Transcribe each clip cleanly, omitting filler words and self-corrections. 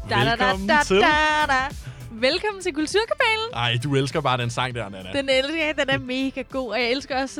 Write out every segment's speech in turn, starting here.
Velkommen til Kulturkabalen. Ej, du elsker bare den sang der, Nana. Den elsker jeg, den er mega god. Og jeg elsker også...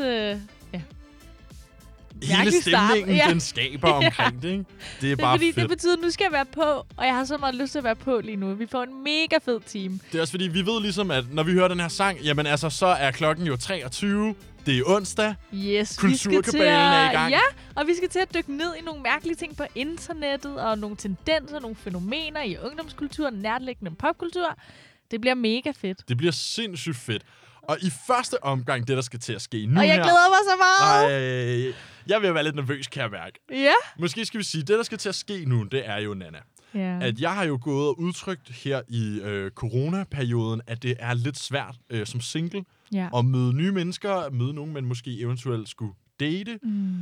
Hele stemningen, den skaber omkring det, ikke? Det er bare fordi, fedt. Det betyder, at nu skal jeg være på, og jeg har så meget lyst til at være på lige nu. Vi får en mega fed team. Det er også fordi, vi ved ligesom, at når vi hører den her sang, jamen altså, så er klokken jo 23. Det er onsdag. Yes, Kulturkabalen er i gang. Ja, og vi skal til at dykke ned i nogle mærkelige ting på internettet, og nogle tendenser, nogle fænomener i ungdomskulturen, nærliggende popkultur. Det bliver mega fedt. Det bliver sindssygt fedt. Og i første omgang, det der skal til at ske nu og jeg glæder mig så meget. Jeg vil være lidt nervøs, kan jeg mærke. Ja. Måske skal vi sige, at det der skal til at ske nu, det er jo, Nana. Ja. At jeg har jo gået og udtrykt her i coronaperioden, at det er lidt svært som single at møde nye mennesker, møde nogen, man måske eventuelt skulle date.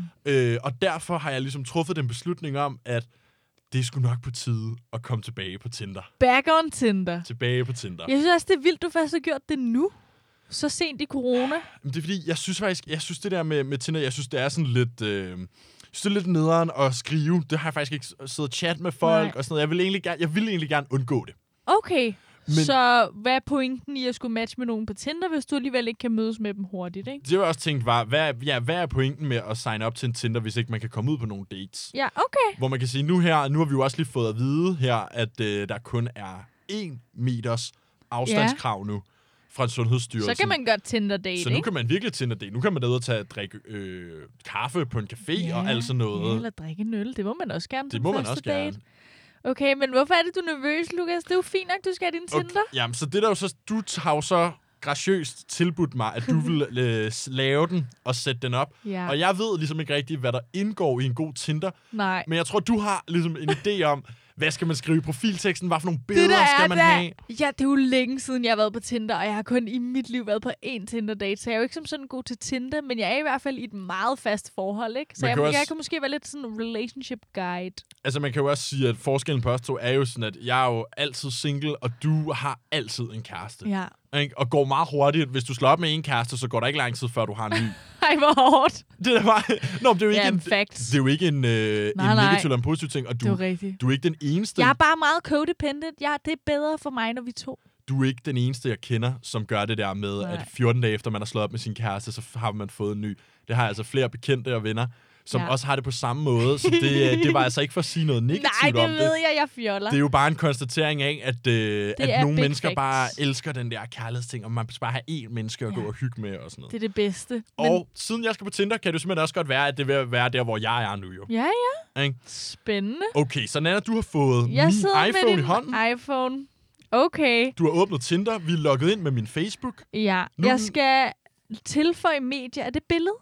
Og derfor har jeg ligesom truffet den beslutning om, at det er sgu nok på tide at komme tilbage på Tinder. Back on Tinder. Tilbage på Tinder. Jeg synes også, det er vildt, du først har gjort det nu. Så sent i corona. Det er fordi, jeg synes det der med Tinder, jeg synes, det er sådan lidt... det er lidt nederen at skrive. Det har jeg faktisk ikke siddet og chat med folk og sådan noget. Jeg vil egentlig gerne undgå det. Okay. Så hvad er pointen i at skulle matche med nogen på Tinder, hvis du alligevel ikke kan mødes med dem hurtigt, ikke? Det var også tænkt var, hvad er pointen med at signe op til en Tinder, hvis ikke man kan komme ud på nogle dates? Ja, okay. Hvor man kan sige, nu har vi jo også lige fået at vide her, at der kun er 1 meters afstandskrav nu fra Sundhedsstyrelsen. Så kan man godt Tinder-date, så nu kan man virkelig Tinder-date. Nu kan man derud tage drikke kaffe på en café og alt sådan noget. Ja, eller drikke en øl. Det må man også gerne. Det må man også gerne. Okay, men hvorfor er det, du er nervøs, Lukas? Det er jo fint nok, du skal have din Tinder. Okay, jamen, så det der jo så... Du har jo så graciøst tilbudt mig, at du vil lave den og sætte den op. Ja. Og jeg ved ligesom ikke rigtigt, hvad der indgår i en god Tinder. Nej. Men jeg tror, du har ligesom en idé om, hvad skal man skrive i profilteksten? Hvad for nogle billeder skal man have? Ja, det er jo længe siden, jeg har været på Tinder, og jeg har kun i mit liv været på 1 Tinder-date, så jeg er jo ikke som sådan god til Tinder, men jeg er i hvert fald i et meget fast forhold, ikke? Så jeg kan måske være lidt sådan en relationship guide. Altså, man kan jo også sige, at forskellen på os to er jo sådan, at jeg er jo altid single, og du har altid en kæreste. Ja. Og går meget hurtigt. Hvis du slår op med en kæreste, så går der ikke lang tid, før du har en ny. Ej, hvor hårdt. Det er bare... Nå, det er jo ikke det er jo ikke en negativ eller en positiv ting, og du er ikke den eneste. Jeg er bare meget codependent. Ja, det er bedre for mig, når vi to. Du er ikke den eneste, jeg kender, som gør det der med, at 14 dage efter man har slået op med sin kæreste, så har man fået en ny. Det har altså flere bekendte og venner, som også har det på samme måde. Så det var altså ikke for at sige noget negativt om det. Nej, det ved jeg fjoller. Det er jo bare en konstatering af, at nogle mennesker bare elsker den der kærlighedsting, og man skal bare have én menneske at gå og hygge med og sådan noget. Det er det bedste. Og siden jeg skal på Tinder, kan det simpelthen også godt være, at det vil være der, hvor jeg er nu jo. Ja. Spændende. Okay, så Nana, du har fået min iPhone i hånden. iPhone. Okay. Du har åbnet Tinder. Vi er logget ind med min Facebook. Ja. Jeg skal tilføje medier. Er det billede?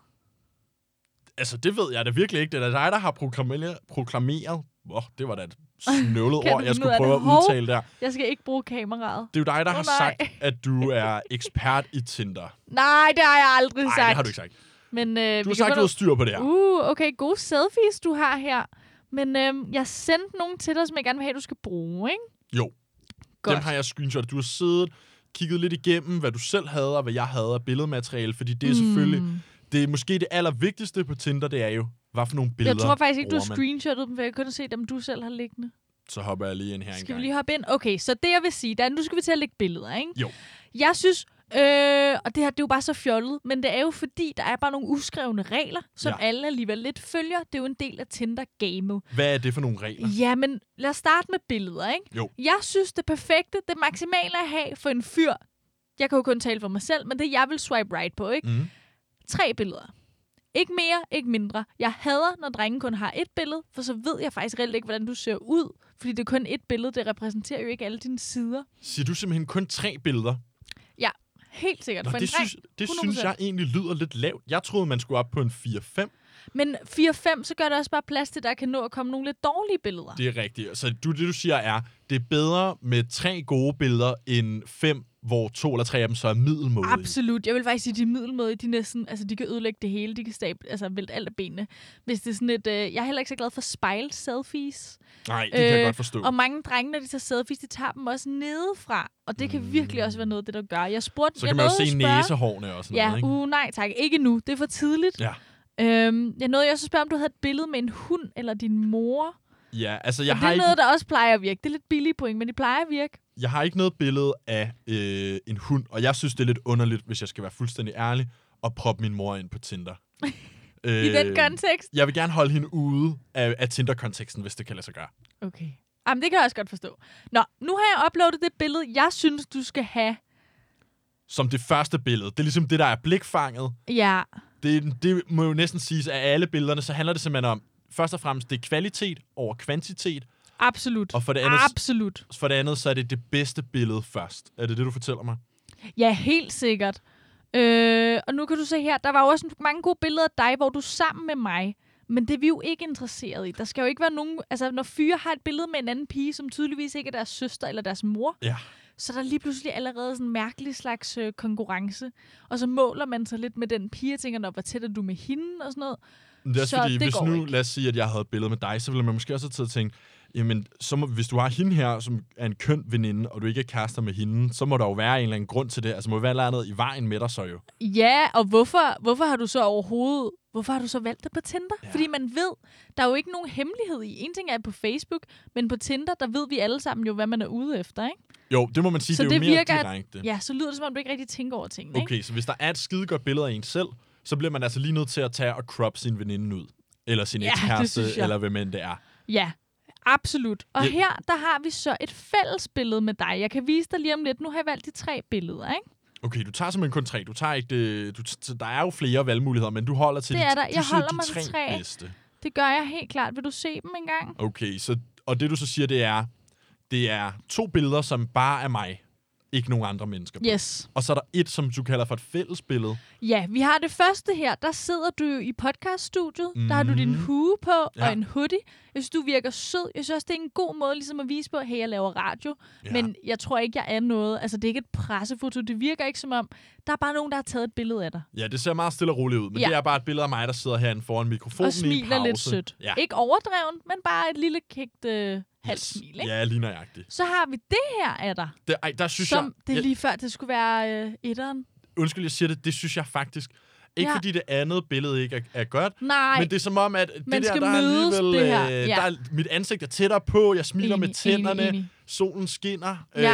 Altså, det ved jeg da virkelig ikke. Det er dig, der har proklameret. Det var da et snøvlet ord, jeg skulle prøve at udtale der. Jeg skal ikke bruge kameraet. Det er jo dig, der har sagt, at du er ekspert i Tinder. Nej, det har jeg aldrig sagt. Nej, det har du ikke sagt. Men, du har sagt, du har styr på det her. Okay, gode selfies, du har her. Men jeg sendte nogle til dig, som jeg gerne vil have, du skal bruge, ikke? Jo. Godt. Dem har jeg screenshot. Du har siddet, kigget lidt igennem, hvad du selv havde, og hvad jeg havde af billedmateriale, fordi det er selvfølgelig... Det er måske det allervigtigste på Tinder, det er jo, hvad for nogle billeder. Jeg tror faktisk ikke, du har screenshottet dem, for jeg kunne se dem, du selv har liggende. Så hopper jeg lige ind her en gang. Skal vi lige hoppe ind? Okay, så det jeg vil sige, nu skal vi til at lægge billeder, ikke? Jo. Jeg synes, og det her, det er jo bare så fjollet, men det er jo fordi, der er bare nogle uskrevne regler, som alle alligevel lidt følger. Det er jo en del af Tinder-gamet. Hvad er det for nogle regler? Jamen, lad os starte med billeder, ikke? Jo. Jeg synes, det perfekte, det maksimale at have for en fyr, jeg kan jo kun tale for mig selv, men det jeg vil swipe right på, ikke? 3 billeder. Ikke mere, ikke mindre. Jeg hader, når drengen kun har 1 billede, for så ved jeg faktisk reelt ikke, hvordan du ser ud. Fordi det er kun 1 billede, det repræsenterer jo ikke alle dine sider. Siger du simpelthen kun 3 billeder? Ja, helt sikkert. Nå, for det synes jeg egentlig lyder lidt lavt. Jeg troede, man skulle op på en 4-5. Men 4-5, så gør det også bare plads til, der kan nå at komme nogle lidt dårlige billeder. Det er rigtigt. Så det du siger er, det er bedre med 3 gode billeder end 5, hvor 2 eller 3 af dem så er middelmådige. Absolut. Jeg vil faktisk sige, at de middelmådige, de næsten, altså de kan ødelægge det hele. De kan vælte alt af benene. Hvis det er sådan et, jeg er heller ikke så glad for spejlet selfies. Nej, det kan jeg godt forstå. Og mange drenge, når de tager selfies, de tager dem også nedefra. Og det kan virkelig også være noget, det der gør. Så kan man jo se næsehårene og sådan noget, ikke? Nej tak. Ikke nu. Det er for tidligt. Ja. Jeg nåede også at spørge, om du havde et billede med en hund eller din mor. Ja, altså det er noget, der også plejer at virke. Det er lidt billige point, men det plejer at virke. Jeg har ikke noget billede af en hund, og jeg synes, det er lidt underligt, hvis jeg skal være fuldstændig ærlig, at proppe min mor ind på Tinder. I den kontekst? Jeg vil gerne holde hende ude af Tinder-konteksten, hvis det kan lade sig gøre. Okay. Jamen, det kan jeg også godt forstå. Nå, nu har jeg uploadet det billede, jeg synes, du skal have. Som det første billede. Det er ligesom det, der er blikfanget. Ja. Det må jo næsten siges, at af alle billederne, så handler det simpelthen om, først og fremmest, det er kvalitet over kvantitet. Absolut. Og for det andet, så er det det bedste billede først. Er det det, du fortæller mig? Ja, helt sikkert. Og nu kan du se her, der var jo også mange gode billeder af dig, hvor du er sammen med mig. Men det er vi jo ikke interesseret i. Der skal jo ikke være nogen... Altså, når fyre har et billede med en anden pige, som tydeligvis ikke er deres søster eller deres mor, så der er lige pludselig allerede sådan en mærkelig slags konkurrence. Og så måler man sig lidt med den pige, og tænker, hvor tæt er du med hende og sådan noget. Det er også fordi, hvis nu, lad os sige, at jeg havde et billede med dig, så ville man måske også have taget og tænkt, jamen, hvis du har hende her, som er en køn veninde, og du ikke er kærester med hende, så må der jo være en eller anden grund til det. Altså, må være noget i vejen med dig så jo. Ja, og hvorfor har du så overhovedet... Hvorfor har du så valgt det på Tinder? Ja. Fordi man ved, der er jo ikke nogen hemmelighed i. En ting er på Facebook, men på Tinder, der ved vi alle sammen jo, hvad man er ude efter, ikke? Jo, det må man sige, så det er jo mere virker, direkte. Ja, så lyder det, som om du ikke rigtig tænker over tingene, okay, så hvis der er et skidegodt billede af en selv, så bliver man altså lige nødt til at tage og crop sin veninde ud. Eller sin ekskæreste, eller hvem end det er. Ja, absolut. Og her, der har vi så et fælles billede med dig. Jeg kan vise dig lige om lidt. Nu har jeg valgt de 3 billeder, ikke? Okay, du tager simpelthen kun 3. Du tager ikke der er jo flere valgmuligheder, men du holder til jeg holder mig til 3 bedste. Det gør jeg helt klart. Vil du se dem engang? Okay, og det du så siger, det er 2 billeder, som bare er mig. Ikke nogen andre mennesker på. Yes. Og så er der et, som du kalder for et fælles billede. Ja, vi har det første her. Der sidder du i podcaststudiet. Der har du din hue på og en hoodie. Jeg synes, du virker sød. Jeg synes også, det er en god måde ligesom at vise på, hey, jeg laver radio. Ja. Men jeg tror ikke, jeg er noget. Altså, det er ikke et pressefoto. Det virker ikke som om, der er bare nogen, der har taget et billede af dig. Ja, det ser meget stille og roligt ud. Men det er bare et billede af mig, der sidder herinde foran mikrofonen og smiler i en pause. lidt sødt. Ja. Ikke overdreven, men bare et lille kægt halvsmil, ikke? Ja, lige nøjagtigt. Så har vi det her af dig. Der synes som det er lige før, det skulle være etteren. Undskyld, jeg siger det synes jeg faktisk. Ikke fordi det andet billede ikke er godt, nej, men det er som om, at det man der er alligevel... Der er, mit ansigt er tættere på, jeg smiler med tænderne, solen skinner.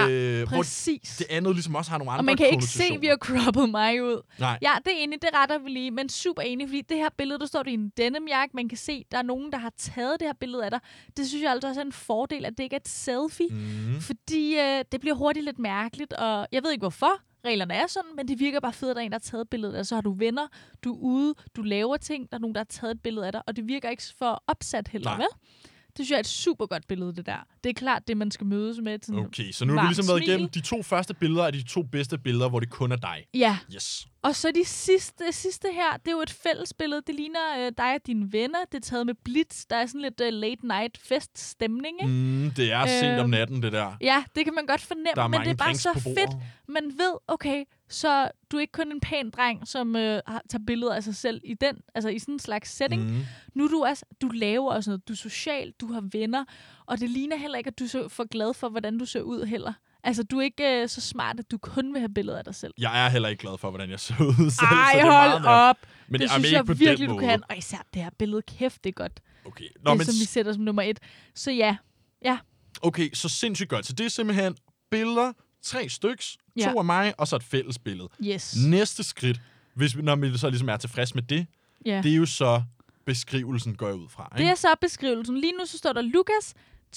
Præcis. Det andet ligesom også har nogle andre og man kan ikke se, at vi har croppet mig ud. Nej. Ja, det er enig, det retter vi lige, men super enig, fordi det her billede, der står du i en denimjakke, man kan se, der er nogen, der har taget det her billede af dig. Det synes jeg altså også er en fordel, at det ikke er et selfie, fordi det bliver hurtigt lidt mærkeligt, og jeg ved ikke hvorfor. Reglerne er sådan, men det virker bare fedt, at der er en, der har taget billedet af dig. Så har du venner, du er ude, du laver ting, der er nogen, der har taget et billede af dig, og det virker ikke for opsat heller, vel? Det synes jeg er et super godt billede, det der. Det er klart det, man skal mødes med. Okay, så nu har vi ligesom været igennem de 2 første billeder af de 2 bedste billeder, hvor det kun er dig. Ja. Yes. Og så de sidste her, det er jo et fælles billede. Det ligner dig og dine venner. Det er taget med blitz. Der er sådan lidt late night fest stemning, ikke? Det er sent om natten, det der. Ja, det kan man godt fornemme, men det er bare så fedt. Man ved, okay, så du er ikke kun en pæn dreng, som tager billeder af sig selv i den, altså i sådan en slags setting. Nu er du laver også noget. Du er social, du har venner, og det ligner heller ikke, at du er så for glad for, hvordan du ser ud heller. Altså, du er ikke så smart, at du kun vil have billeder af dig selv. Jeg er heller ikke glad for, hvordan jeg ser ud selv. Ej, hold op! Men det synes jeg virkelig, du kan. Og især det her billede, kæft, det er godt. Okay. Som vi sætter som nummer 1. Så ja. Okay, så sindssygt godt. Så det er simpelthen billeder, 3 styks, 2 af mig, og så et fælles billede. Yes. Næste skridt, når vi så ligesom er tilfreds med det, det er jo så beskrivelsen, går jeg ud fra. Ikke? Det er så beskrivelsen. Lige nu så står der Lukas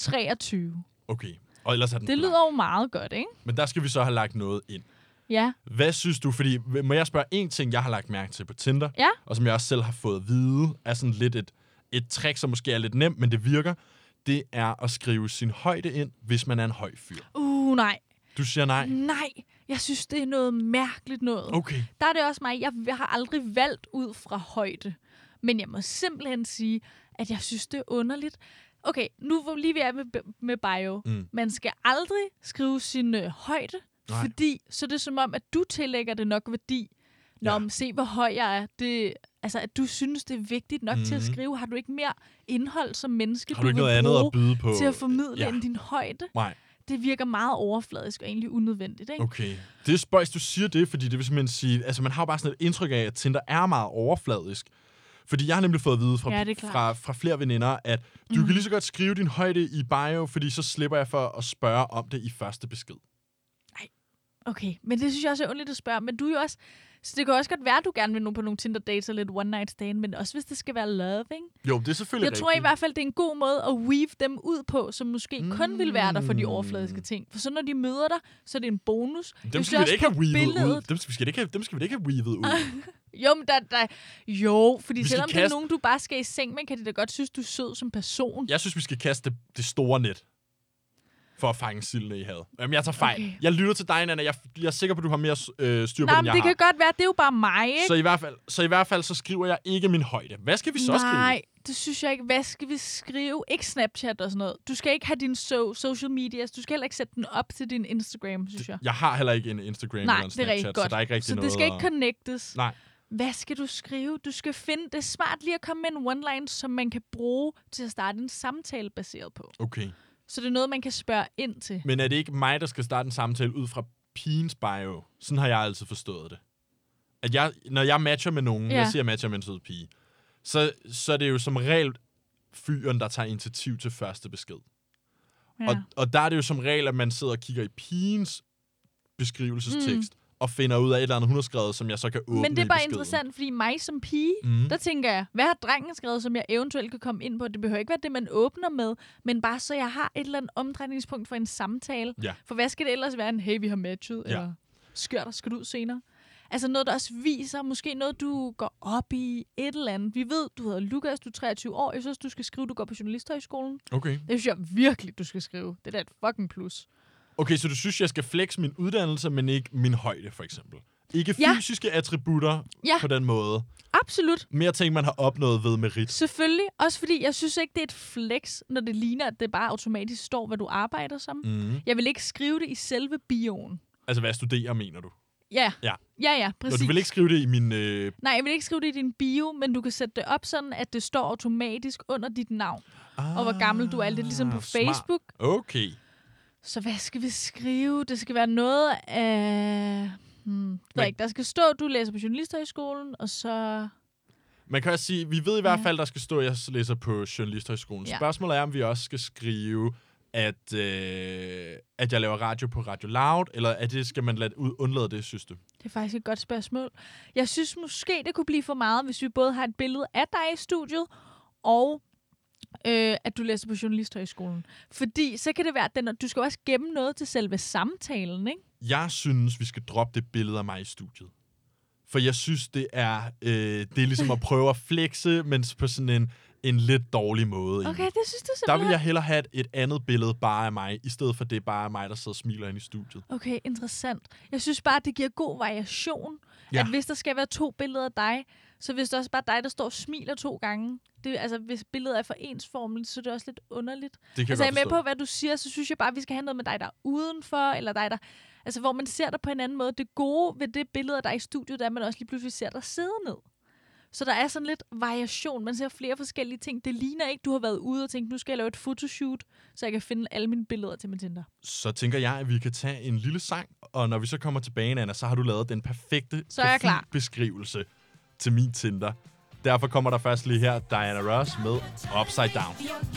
23. Okay. Og ellers er den det lyder jo meget godt, ikke? Men der skal vi så have lagt noget ind. Ja. Hvad synes du, fordi må jeg spørge en ting, jeg har lagt mærke til på Tinder, og som jeg også selv har fået at vide, er sådan lidt et trick, som måske er lidt nemt, men det virker, det er at skrive sin højde ind, hvis man er en høj fyr. Nej. Du siger nej? Nej, jeg synes, det er noget mærkeligt noget. Okay. Der er det også mig, jeg har aldrig valgt ud fra højde, men jeg må simpelthen sige, at jeg synes, det er underligt. Okay, nu hvor lige vi er med bio. Man skal aldrig skrive sin højde, fordi så er det som om, at du tillægger det nok værdi. Se hvor høj jeg er. Det, altså, at du synes, det er vigtigt nok til at skrive. Har du ikke mere indhold som menneske, har du ikke noget andet at byde på til at formidle end din højde? Nej. Det virker meget overfladisk og egentlig unødvendigt, ikke? Okay. Det er spøjst, du siger det, fordi det vil simpelthen sige, altså man har jo bare sådan et indtryk af, at Tinder er meget overfladisk. Fordi jeg har nemlig fået at vide fra flere veninder, at du kan lige så godt skrive din højde i bio, fordi så slipper jeg for at spørge om det i første besked. Nej, okay. Men det synes jeg også er underligt at spørge. Men du er jo også... Så det kan også godt være, at du gerne vil nå på nogle Tinder-dates og lidt one-night stand, men også hvis det skal være loving. Jo, det er selvfølgelig Jeg tror i hvert fald, det er en god måde at weave dem ud på, som måske kun vil være der for de overfladiske ting. For så når de møder dig, så er det en bonus. Dem skal vi da ikke have weavet ud. Dem skal vi ikke have weavet ud. Jo, men fordi selvom det er nogen, du bare skal i seng med, kan de da godt synes, du er sød som person. Jeg synes, vi skal kaste det store net for at fange sildene i havet. Jamen, jeg tager fejl. Okay. Jeg lytter til dig, Nana. Jeg er sikker på, at du har mere styr på, end jeg har. Det kan godt være. Det er jo bare mig, ikke? Så i hvert fald så skriver jeg ikke min højde. Hvad skal vi så skrive? Nej, det synes jeg ikke. Hvad skal vi skrive? Ikke Snapchat og sådan noget. Du skal ikke have din social media. Du skal heller ikke sætte den op til din Instagram, synes jeg. Jeg har heller ikke en Instagram eller en Snapchat, så der er ikke rigtig noget. Så det skal ikke connectes. Nej. Hvad skal du skrive? Du skal finde... Det er smart lige at komme med en one-line, som man kan bruge til at starte en samtale baseret på. Okay. Så det er noget, man kan spørge ind til. Men er det ikke mig, der skal starte en samtale ud fra pigens bio? Sådan har jeg altid forstået det. At når jeg matcher med nogen, jeg siger, jeg matcher med en sød pige, så er det jo som regel fyren, der tager initiativ til første besked. Ja. Og der er det jo som regel, at man sidder og kigger i pigens beskrivelsestekst, og finder ud af et eller andet, hun har skrevet, som jeg så kan åbne. Men det er bare interessant, fordi mig som pige, der tænker jeg, hvad har drengen skrevet, som jeg eventuelt kan komme ind på? Det behøver ikke være det, man åbner med, men bare så jeg har et eller andet omdrejningspunkt for en samtale. Ja. For hvad skal det ellers være? En, hey, vi har matchet, eller skørt, skal du ud senere? Altså noget, der også viser, måske noget, du går op i, et eller andet. Vi ved, du hedder Lukas, du er 23 år. Jeg synes, du skal skrive, du går på journalisthøjskolen. Okay. Det synes jeg virkelig, du skal skrive. Det er da et fucking plus. Okay, så du synes, jeg skal flexe min uddannelse, men ikke min højde, for eksempel? Ikke fysiske attributter på den måde? Absolut. Mere ting, man har opnået ved merit? Selvfølgelig. Også fordi, jeg synes ikke, det er et flex, når det ligner, at det bare automatisk står, hvad du arbejder som. Jeg vil ikke skrive det i selve bioen. Altså, hvad studerer, mener du? Ja, præcis. Nå, du vil ikke skrive det i min... Nej, jeg vil ikke skrive det i din bio, men du kan sætte det op sådan, at det står automatisk under dit navn. Og hvor gammel du er. Det er ligesom på Facebook. Okay. Så hvad skal vi skrive? Det skal være noget af... Der skal stå, du læser på journalisthøjskolen, og så... Man kan også sige, vi ved i hvert fald, der skal stå, at jeg læser på journalisthøjskolen. Ja. Spørgsmålet er, om vi også skal skrive, at jeg laver radio på Radio Loud, eller at det skal man undlade det, synes du? Det er faktisk et godt spørgsmål. Jeg synes måske, det kunne blive for meget, hvis vi både har et billede af dig i studiet, og at du læser på journalisthøjskolen. Fordi så kan det være, at du skal også gemme noget til selve samtalen, ikke? Jeg synes, vi skal droppe det billede af mig i studiet. For jeg synes, det er ligesom at prøve at flexe, men på sådan en lidt dårlig måde. Okay, det synes du simpelthen. Der vil jeg hellere have et andet billede bare af mig, i stedet for det bare af mig, der sidder og smiler inde i studiet. Okay, interessant. Jeg synes bare, det giver god variation, at hvis der skal være 2 billeder af dig, så hvis det også bare dig, der står og smiler 2 gange, hvis billedet er for ensformigt, så er det også lidt underligt. Jeg er med på, hvad du siger, så synes jeg bare, at vi skal have noget med dig, der er udenfor, eller dig, der... Altså, hvor man ser dig på en anden måde. Det gode ved det billede af dig i studiet, der er, at man også lige pludselig ser dig sidde ned. Så der er sådan lidt variation. Man ser flere forskellige ting. Det ligner ikke, du har været ude og tænkt, nu skal jeg lave et fotoshoot, så jeg kan finde alle mine billeder til min Tinder. Så tænker jeg, at vi kan tage en lille sang, og når vi så kommer tilbage, Anna, så har du lavet den perfekte beskrivelse til min Tinder. Derfor kommer der først lige her Diana Ross med Upside Down.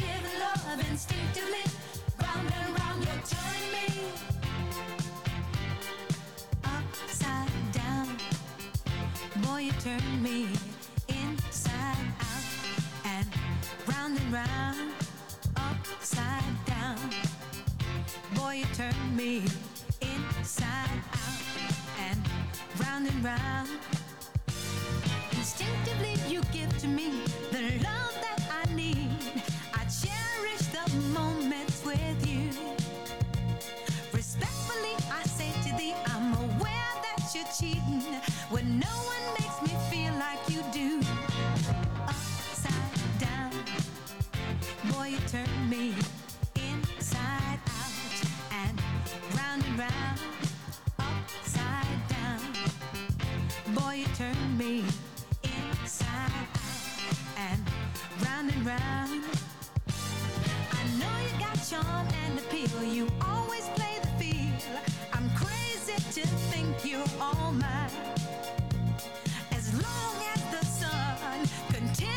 You turn me inside out and round, upside down. Boy, you turn me inside out and round. Instinctively, you give to me the love that I need. I cherish the moments with you. Respectfully, I say to thee, I'm aware that you're cheating when no one makes me feel like you do. Upside down, boy, you turn me inside out and round, upside down. Boy, you turn me inside out and round. I know you got charm and appeal. You always play the field. I'm crazy to think you're all mine. As long as the sun continues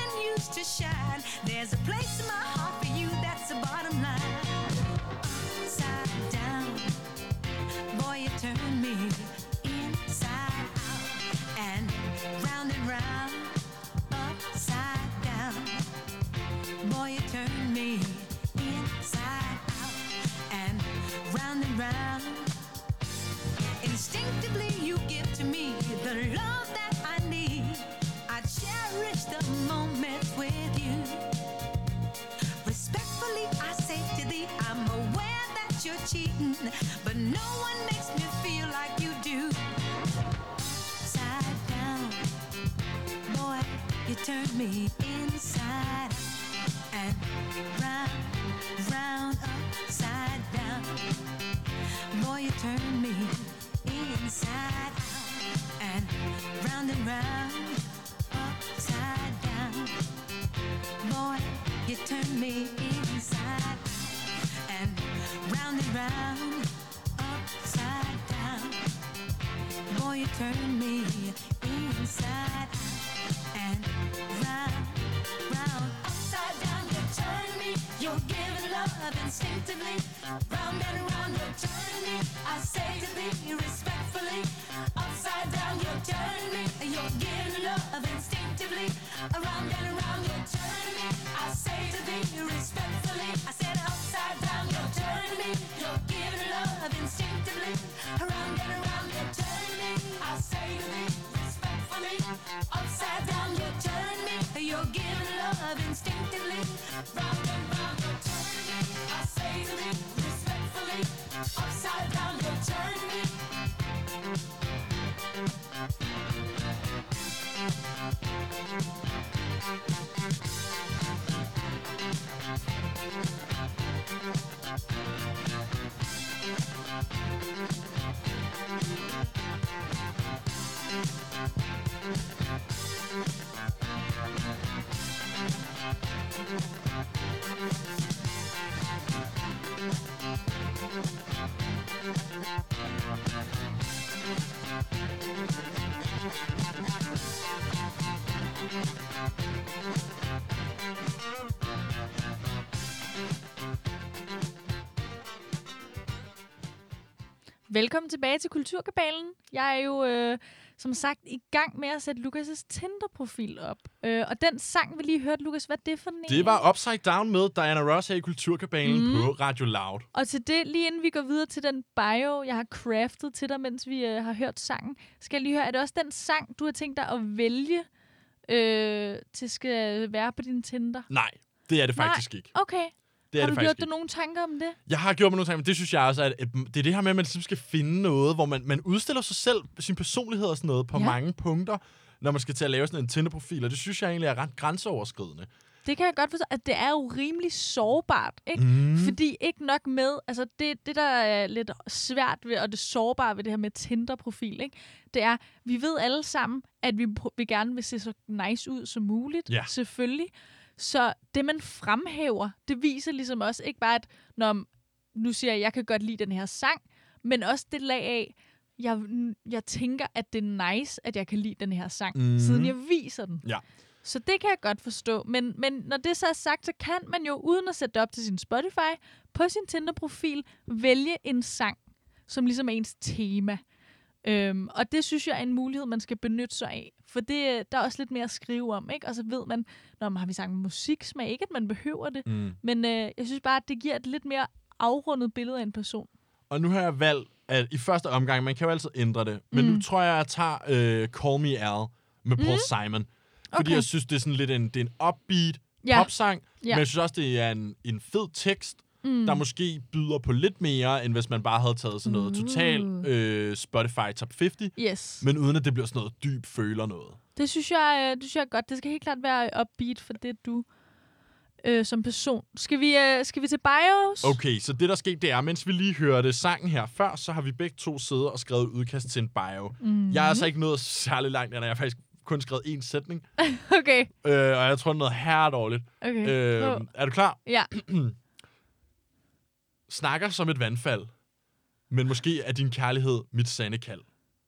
say to thee, I'm aware that you're cheating, but no one makes me feel like you do. Upside down, boy, you turn me inside and round, round, upside down. Boy, you turn me inside out and round, upside down. Boy, you turn me inside and round, upside down. Boy, you turn me inside and round, upside down. You turn me, you're giving love instinctively. Round and round, you're turning me. I say to thee respectfully, upside down, you're turning me. You're giving love instinctively. Around and around, you're turning me. I say to thee respectfully, I said upside down, you're turning me. You're giving love instinctively. Around and around, you're turning me. I say to thee respectfully, upside down, you're turning me. You're giving love instinctively. Round and round, you're turning me. I say to thee respectfully, upside down, you're turning me. Velkommen tilbage til Kulturkabalen. Jeg er jo, som sagt, i gang med at sætte Lukas' Tinder-profil op. Og den sang, vi lige hørte, Lukas, hvad er det for en? Det var Upside Down med Diana Ross her i Kulturkabalen på Radio Loud. Og til det, lige inden vi går videre til den bio, jeg har craftet til dig, mens vi har hørt sangen, skal jeg lige høre, er det også den sang, du har tænkt dig at vælge til skal være på din Tinder? Nej, det er det faktisk ikke. Okay. Har du gjort dig nogle tanker om det? Jeg har gjort mig nogle tanker, men det synes jeg også, at det er det her med, at man skal finde noget, hvor man udstiller sig selv, sin personlighed og sådan noget, på mange punkter, når man skal til at lave sådan en Tinder-profil, og det synes jeg egentlig er ret grænseoverskridende. Det kan jeg godt forstå, at det er jo rimelig sårbart, ikke? Fordi ikke nok med, altså det der er lidt svært ved, og det sårbare ved det her med Tinder-profil, ikke? Det er, vi ved alle sammen, at vi gerne vil se så nice ud som muligt, selvfølgelig. Så det, man fremhæver, det viser ligesom også ikke bare, at når nu siger jeg kan godt lide den her sang, men også det lag af, jeg tænker, at det er nice, at jeg kan lide den her sang, siden jeg viser den. Ja. Så det kan jeg godt forstå. Men når det så er sagt, så kan man jo, uden at sætte det op til sin Spotify, på sin Tinder-profil, vælge en sang, som ligesom er ens tema. Og det synes jeg er en mulighed, man skal benytte sig af. For der er også lidt mere at skrive om, ikke? Og så ved man, når man har vi sagt musiksmag, ikke at man behøver det. Men jeg synes bare, at det giver et lidt mere afrundet billede af en person. Og nu har jeg valgt, at i første omgang, man kan jo altid ændre det, men nu tror jeg, at jeg tager Call Me Al med Paul Simon. Fordi jeg synes, det er sådan lidt det er en upbeat popsang, men jeg synes også, det er en fed tekst, der måske byder på lidt mere, end hvis man bare havde taget sådan noget total Spotify Top 50, men uden at det bliver sådan noget dyb føler noget. Det synes jeg er godt. Det skal helt klart være upbeat for det, du som person. Skal vi til bios? Okay, så det der skete, det er, mens vi lige hørte sangen her før, så har vi begge to siddet og skrevet udkast til en bio. Jeg er altså ikke nået særlig langt, når jeg har faktisk kun skrevet én sætning. Okay. Og jeg tror, det er noget her dårligt. Okay. Er du klar? Ja. Snakker som et vandfald, men måske er din kærlighed mit sande kald.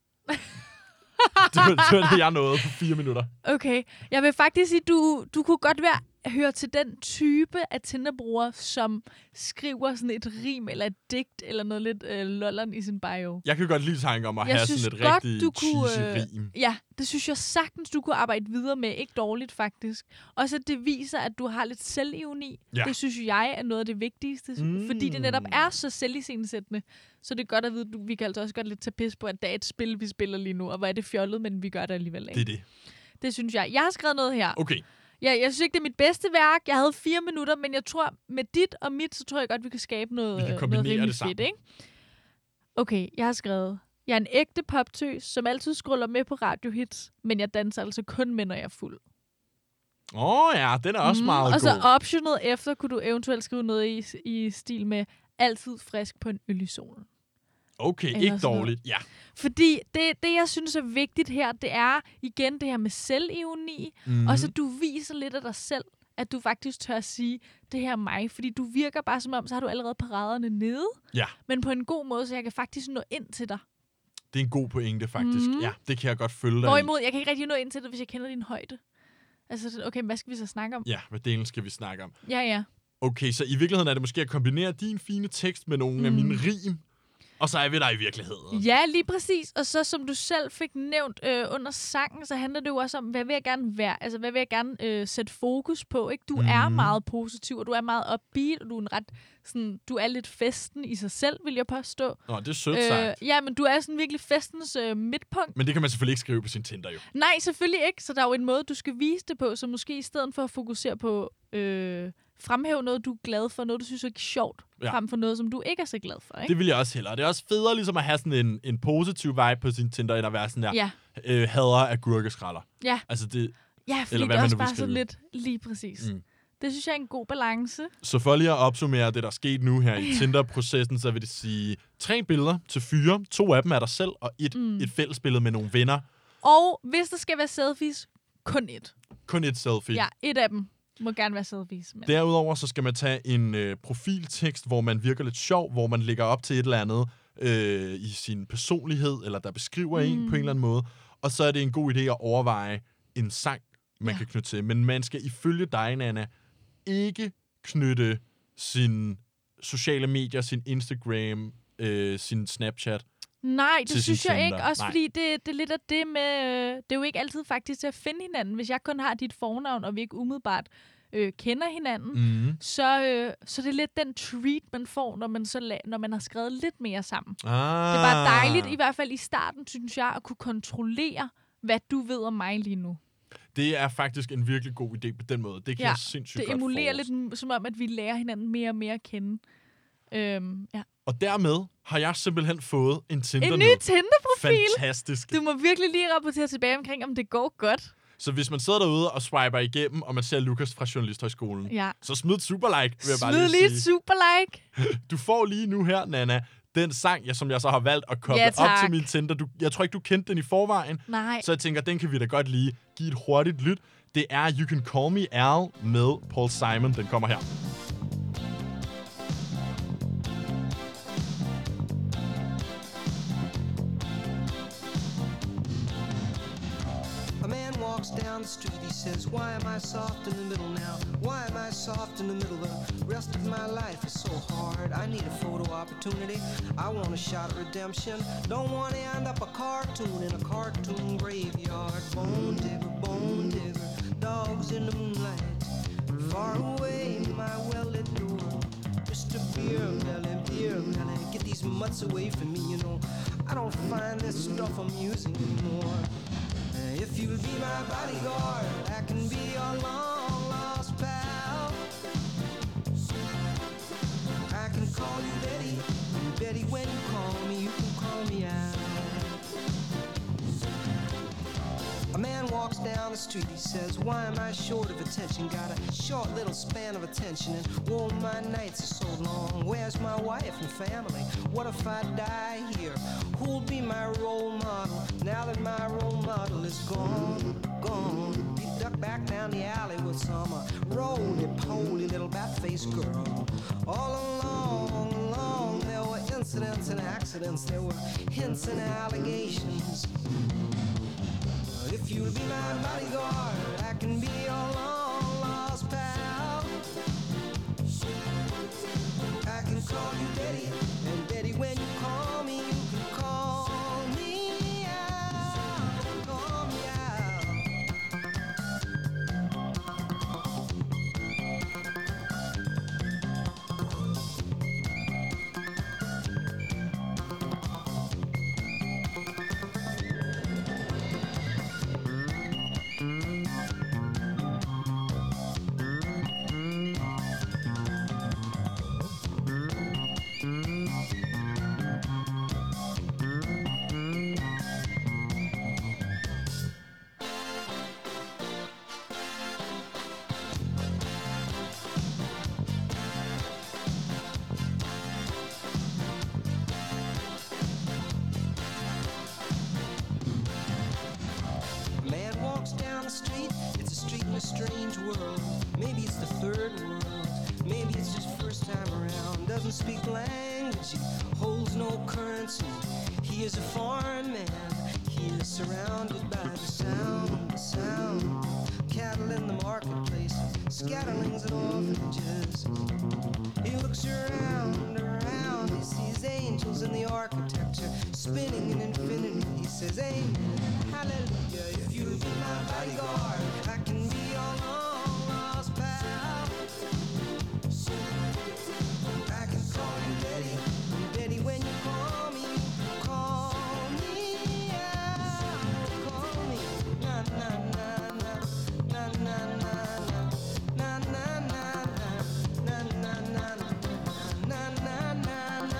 det var det, jeg nåede på 4 minutter. Okay. Jeg vil faktisk sige, du kunne godt høre til den type af Tinder-brugere, som skriver sådan et rim eller et digt eller noget lidt lolleren i sin bio. Jeg kan godt lide tanke om at have sådan et rigtig cheesy rim. Ja, det synes jeg sagtens, du kunne arbejde videre med. Ikke dårligt, faktisk. Også at det viser, at du har lidt selvironi. Ja. Det synes jeg er noget af det vigtigste. Fordi det netop er så selviscenesættende. Så det er godt at vide, vi kan altså også godt lidt tage pis på, at der er et spil, vi spiller lige nu. Og hvor er det fjollet, men vi gør det alligevel. Ikke? Det er det. Det synes jeg. Jeg har skrevet noget her. Okay. Jeg synes ikke, det er mit bedste værk. Jeg havde 4 minutter, men jeg tror, med dit og mit, så tror jeg godt, vi kan skabe noget rimelig fedt, ikke? Okay, jeg har skrevet, jeg er en ægte poptøs, som altid scroller med på radiohits, men jeg danser altså kun med, når jeg er fuld. Ja, den er også meget god. Og så optionet efter, kunne du eventuelt skrive noget i stil med, altid frisk på en øl i solen. Okay, ikke dårligt, ja. Fordi det, jeg synes er vigtigt her, det er igen det her med selvironi, og så du viser lidt af dig selv, at du faktisk tør at sige, det her er mig. Fordi du virker bare som om, så har du allerede paraderne nede, men på en god måde, så jeg kan faktisk nå ind til dig. Det er en god pointe, faktisk. Ja, det kan jeg godt følge dig Hvorimod, jeg kan ikke rigtig nå ind til det, hvis jeg kender din højde. Altså, okay, hvad skal vi så snakke om? Ja, hvad delen skal vi snakke om? Ja. Okay, så i virkeligheden er det måske at kombinere din fine tekst med nogle af mine rim, og så er vi der i virkeligheden. Ja, lige præcis. Og så, som du selv fik nævnt under sangen, så handler det jo også om, hvad vil jeg gerne være? Altså, hvad vil jeg gerne sætte fokus på, ikke? Du er meget positiv, og du er meget upbeat, og du er du er lidt festen i sig selv, vil jeg påstå. Nå, det er sødt sagt. Ja, men du er sådan virkelig festens midtpunkt. Men det kan man selvfølgelig ikke skrive på sin Tinder, jo. Nej, selvfølgelig ikke. Så der er jo en måde, du skal vise det på, så måske i stedet for at fokusere på fremhæve noget, du er glad for, noget, du synes er sjovt, frem for noget, som du ikke er så glad for, ikke? Det vil jeg også hellere. Det er også federe ligesom at have sådan en positiv vibe på sin Tinder, end at være sådan der hader af gurkeskralder. Ja. Altså det, ja, fordi det er også bare så lidt lige præcis. Det synes jeg er en god balance. Så for lige at opsummere det, der er sket nu her i Tinder-processen, så vil det sige 3 billeder til 4. 2 af dem er dig selv, og et fælles billede med nogle venner. Og hvis der skal være selfies, kun et. Kun et selfie. Ja, et af dem må gerne være selfies. Men. Derudover så skal man tage en profiltekst, hvor man virker lidt sjov, hvor man lægger op til et eller andet i sin personlighed, eller der beskriver en på en eller anden måde. Og så er det en god idé at overveje en sang, man kan knytte til. Men man skal ifølge dig, Nana, ikke knytte sin sociale medier, sin Instagram, sin Snapchat. Nej, det synes jeg ikke. Også Nej. fordi det er lidt af det med... det er jo ikke altid faktisk til at finde hinanden. Hvis jeg kun har dit fornavn, og vi ikke umiddelbart kender hinanden, så det er lidt den treat, man får, når man har skrevet lidt mere sammen. Det er bare dejligt, i hvert fald i starten, synes jeg, at kunne kontrollere, hvad du ved om mig lige nu. Det er faktisk en virkelig god idé på den måde. Det kan jeg sindssygt godt emulerer lidt som om, at vi lærer hinanden mere og mere at kende. Og dermed har jeg simpelthen fået en Tinder. En ny Tinder-profil! Fantastisk. Du må virkelig lige rapportere tilbage omkring, om det går godt. Så hvis man sidder derude og swiper igennem, og man ser Lukas fra Journalisthøjskolen, så smid et superlike, vil jeg bare lige sige. Smid lige et superlike. Du får lige nu her, Nana, den sang, som jeg så har valgt at koble op til min Tinder. Jeg tror ikke, du kendte den i forvejen. Nej. Så jeg tænker, den kan vi da godt lige give et hurtigt lyt. Det er You Can Call Me Al med Paul Simon. Den kommer her. Walks down the street, he says, why am I soft in the middle now? Why am I soft in the middle? The rest of my life is so hard. I need a photo opportunity. I want a shot at redemption. Don't want to end up a cartoon in a cartoon graveyard. Bone digger, dogs in the moonlight. Far away, my well-lit door. Mr. Beer Melly, get these mutts away from me, you know. I don't find this stuff amusing anymore. If you'll be my bodyguard, I can be your long-lost pal. I can call you Betty, and Betty, when you call me, you can call me out. A man walks down the street, he says, why am I short of attention? Got a short little span of attention, and whoa, my nights are so long. Where's my wife and family? What if I die here? Who'll be my role model? Now that my role model is gone. He ducked back down the alley with some roly-poly little bat-faced girl. All along, there were incidents and accidents. There were hints and allegations. If you'll be my bodyguard, I can be your long-lost pal. I can call you Betty, and Betty, when you call me, you can call me out. Call me out. world. Maybe it's the third world. Maybe it's just first time around. Doesn't speak language, he holds no currency. He is a foreign man. He is surrounded by the sound. Cattle in the marketplace, scatterlings at orphanages. He looks around. He sees angels in the architecture, spinning in infinity. He says, amen, hallelujah. If you'll be my bodyguard, I can be your long lost pal. I can call you Betty, Betty when you call me out. Call me, na na na na, na na na na, na na na na, na na na.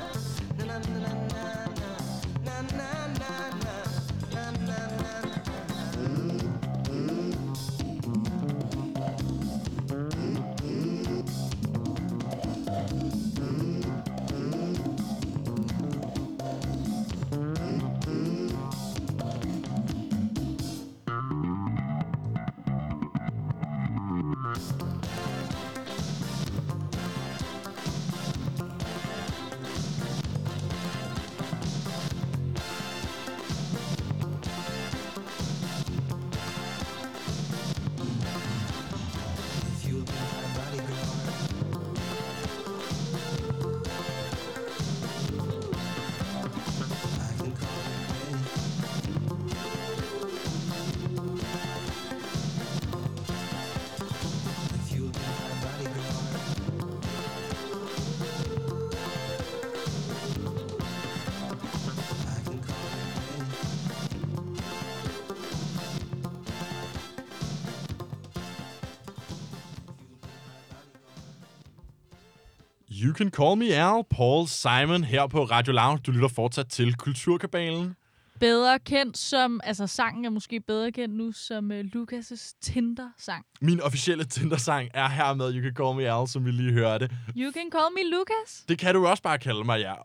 You Can Call Me Al, Paul Simon her på Radio Loud. Du lytter fortsat til Kulturkabalen. Bedre kendt som, altså sangen er måske bedre kendt nu som Lucas' Tinder-sang. Min officielle Tinder-sang er hermed You Can Call Me Al, som vi lige hørte. You Can Call Me Lucas. Det kan du også bare kalde mig, ja.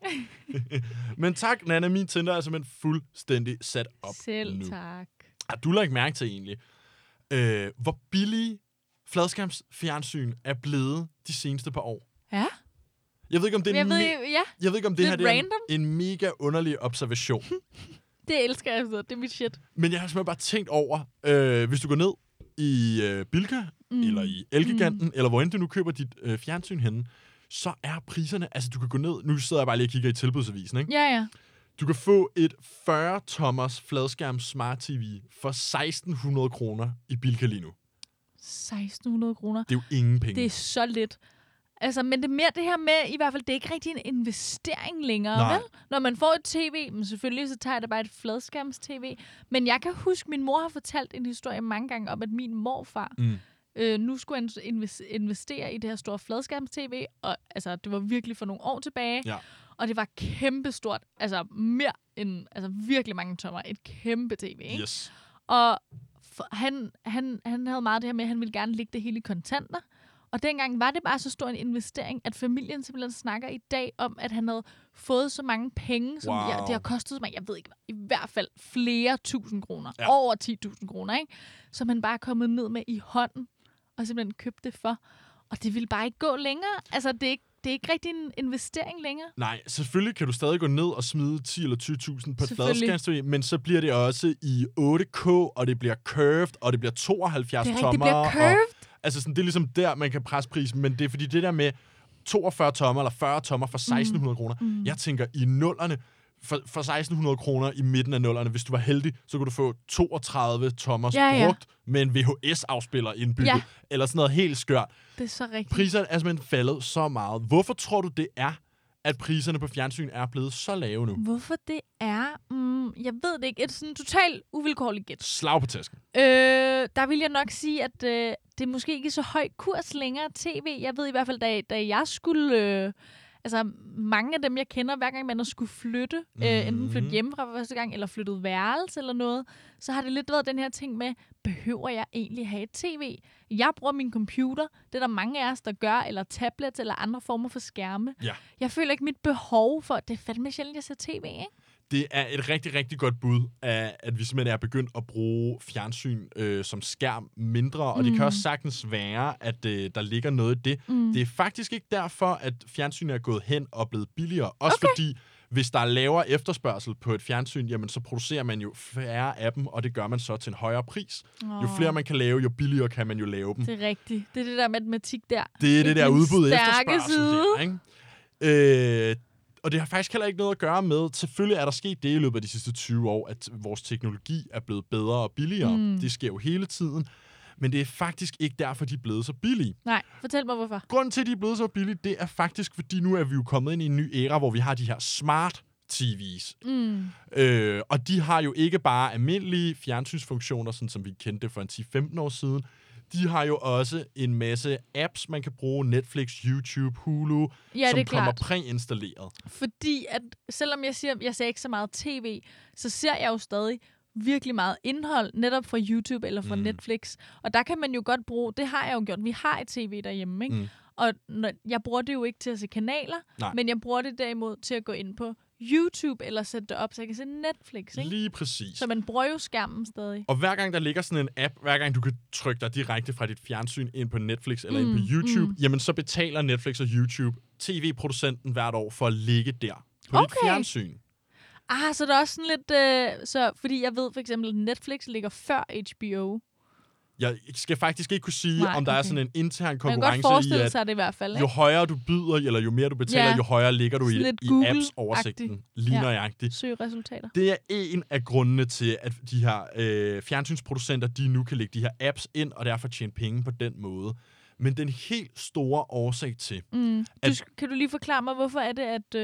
Men tak, Nana. Min Tinder er simpelthen fuldstændig sat op Selv nu. tak. Har du lagt mærke til egentlig, hvor billige fladskærmsfjernsyn er blevet de seneste par år? Ja. Jeg ved ikke, om det er jeg ved ikke, om det her random. Det er en mega underlig observation. Det elsker jeg, det er mit shit. Men jeg har simpelthen bare tænkt over, hvis du går ned i Bilka, eller i Elgiganten, eller hvor end du nu køber dit fjernsyn henne, så er priserne, altså du kan gå ned, nu sidder jeg bare lige og kigger i tilbudsavisen, ikke? Ja, ja. Du kan få et 40-tommers fladskærm Smart TV for 1.600 kroner i Bilka lige nu. 1.600 kroner. Det er jo ingen penge. Det er så lidt. Altså, men det er mere det her med, i hvert fald, det er ikke rigtig en investering længere, vel? Når man får et tv, men selvfølgelig så tager jeg da bare et fladskærms-tv. Men jeg kan huske, min mor har fortalt en historie mange gange om, at min morfar nu skulle han investere i det her store fladskærms-tv, og altså, det var virkelig for nogle år tilbage. Ja. Og det var kæmpestort, altså mere end, altså virkelig mange tommer, et kæmpe tv, ikke? Yes. Og han havde meget det her med, at han ville gerne lægge det hele i kontanter. Og dengang var det bare så stor en investering, at familien simpelthen snakker i dag om, at han havde fået så mange penge, som det har kostet mig, jeg ved ikke, i hvert fald flere tusind kroner. Ja. Over 10.000 kroner, ikke? Som han bare er kommet ned med i hånden, og simpelthen købte det for. Og det ville bare ikke gå længere. Altså, det er ikke rigtig en investering længere. Nej, selvfølgelig kan du stadig gå ned og smide 10 eller 20.000 på et fladskærmstv, men så bliver det også i 8K, og det bliver curved, og det bliver 72 tommer. Det bliver curved? Altså, sådan, det er ligesom der, man kan presse prisen, men det er fordi det der med 42 tommer eller 40 tommer for 1.600 kroner, jeg tænker i nullerne, for 1.600 kroner i midten af nullerne, hvis du var heldig, så kunne du få 32 tommers brugt med en VHS-afspiller indbygget, eller sådan noget helt skørt. Det er så rigtigt. Priserne er simpelthen faldet så meget. Hvorfor tror du, det er, at priserne på fjernsyn er blevet så lave nu? Hvorfor det er? Jeg ved det ikke. Et sådan totalt uvilkårligt gæt. Slag på tasken. Der vil jeg nok sige, at det er måske ikke så høj kurs længere tv. Jeg ved i hvert fald, da jeg skulle... altså, mange af dem, jeg kender, hver gang man skulle flytte, enten flytte hjemmefra for første gang, eller flyttet værelse eller noget, så har det lidt været den her ting med, behøver jeg egentlig have et tv? Jeg bruger min computer, det er der mange af os, der gør, eller tablets, eller andre former for skærme. Ja. Jeg føler ikke mit behov for, det er fandme sjældent, jeg ser tv, ikke? Det er et rigtig, rigtig godt bud, at vi simpelthen er begyndt at bruge fjernsyn som skærm mindre, og det kan også sagtens være, at der ligger noget i det. Det er faktisk ikke derfor, at fjernsynet er gået hen og blevet billigere. Også fordi, hvis der er lavere efterspørgsel på et fjernsyn, jamen så producerer man jo færre af dem, og det gør man så til en højere pris. Jo flere man kan lave, jo billigere kan man jo lave dem. Det er rigtigt. Det er det der matematik der. Det er det der udbud efterspørgsel der, ikke? Og det har faktisk heller ikke noget at gøre med, selvfølgelig er der sket det i løbet af de sidste 20 år, at vores teknologi er blevet bedre og billigere. Det sker jo hele tiden. Men det er faktisk ikke derfor, de er blevet så billige. Nej, fortæl mig hvorfor. Grunden til, at de er blevet så billige, det er faktisk, fordi nu er vi jo kommet ind i en ny æra, hvor vi har de her smart TV's. Og de har jo ikke bare almindelige fjernsynsfunktioner, sådan som vi kendte for en 10-15 år siden. De har jo også en masse apps, man kan bruge. Netflix, YouTube, Hulu, som kommer præinstalleret. Fordi at selvom jeg ser ikke så meget tv, så ser jeg jo stadig virkelig meget indhold, netop fra YouTube eller fra Netflix. Og der kan man jo godt bruge, det har jeg jo gjort, vi har et tv derhjemme, ikke? Og jeg bruger det jo ikke til at se kanaler, men jeg bruger det derimod til at gå ind på YouTube eller sætte det op, så jeg kan se Netflix, ikke? Lige præcis. Så man bruger jo skærmen stadig. Og hver gang der ligger sådan en app, hver gang du kan trykke dig direkte fra dit fjernsyn ind på Netflix eller ind på YouTube, jamen så betaler Netflix og YouTube tv-producenten hvert år for at ligge der på dit fjernsyn. Så der er også sådan lidt... så, fordi jeg ved for eksempel, at Netflix ligger før HBO. Jeg skal faktisk ikke kunne sige, om der er sådan en intern konkurrence man kan godt forestille sig det i hvert fald, ikke? Jo højere du byder, eller jo mere du betaler, jo højere ligger du i apps-oversigten. Lige nøjagtigt. Søg resultater. Det er en af grundene til, at de her fjernsynsproducenter, de nu kan lægge de her apps ind, og derfor tjene penge på den måde. Men den helt store årsag til... Kan du lige forklare mig, hvorfor er det,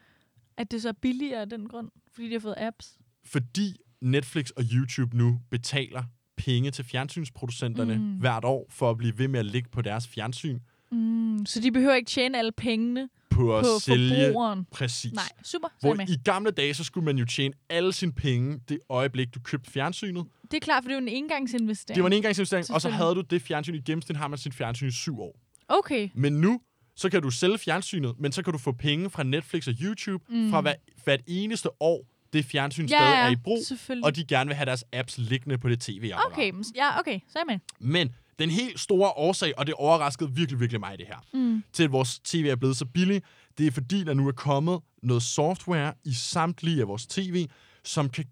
at det så er billigere af den grund? Fordi de har fået apps? Fordi Netflix og YouTube nu betaler penge til fjernsynsproducenterne hvert år, for at blive ved med at ligge på deres fjernsyn. Så de behøver ikke tjene alle pengene på sælge forbrugeren? Præcis. Nej, super. Hvor i gamle dage, så skulle man jo tjene alle sine penge det øjeblik, du købte fjernsynet. Det er klart, for det er jo en engangsinvestering. Det var en engangsinvestering, og så havde du det fjernsyn i gennemsnit, har man sit fjernsyn i 7 år. Okay. Men nu, så kan du sælge fjernsynet, men så kan du få penge fra Netflix og YouTube fra hvert eneste år, det fjernsyn stadig er i brug, og de gerne vil have deres apps liggende på det tv-apparat. Okay, så er jeg med. Men den helt store årsag, og det overraskede virkelig, virkelig mig det her, til at vores tv er blevet så billig, det er fordi, der nu er kommet noget software i samtlige af vores tv, som kan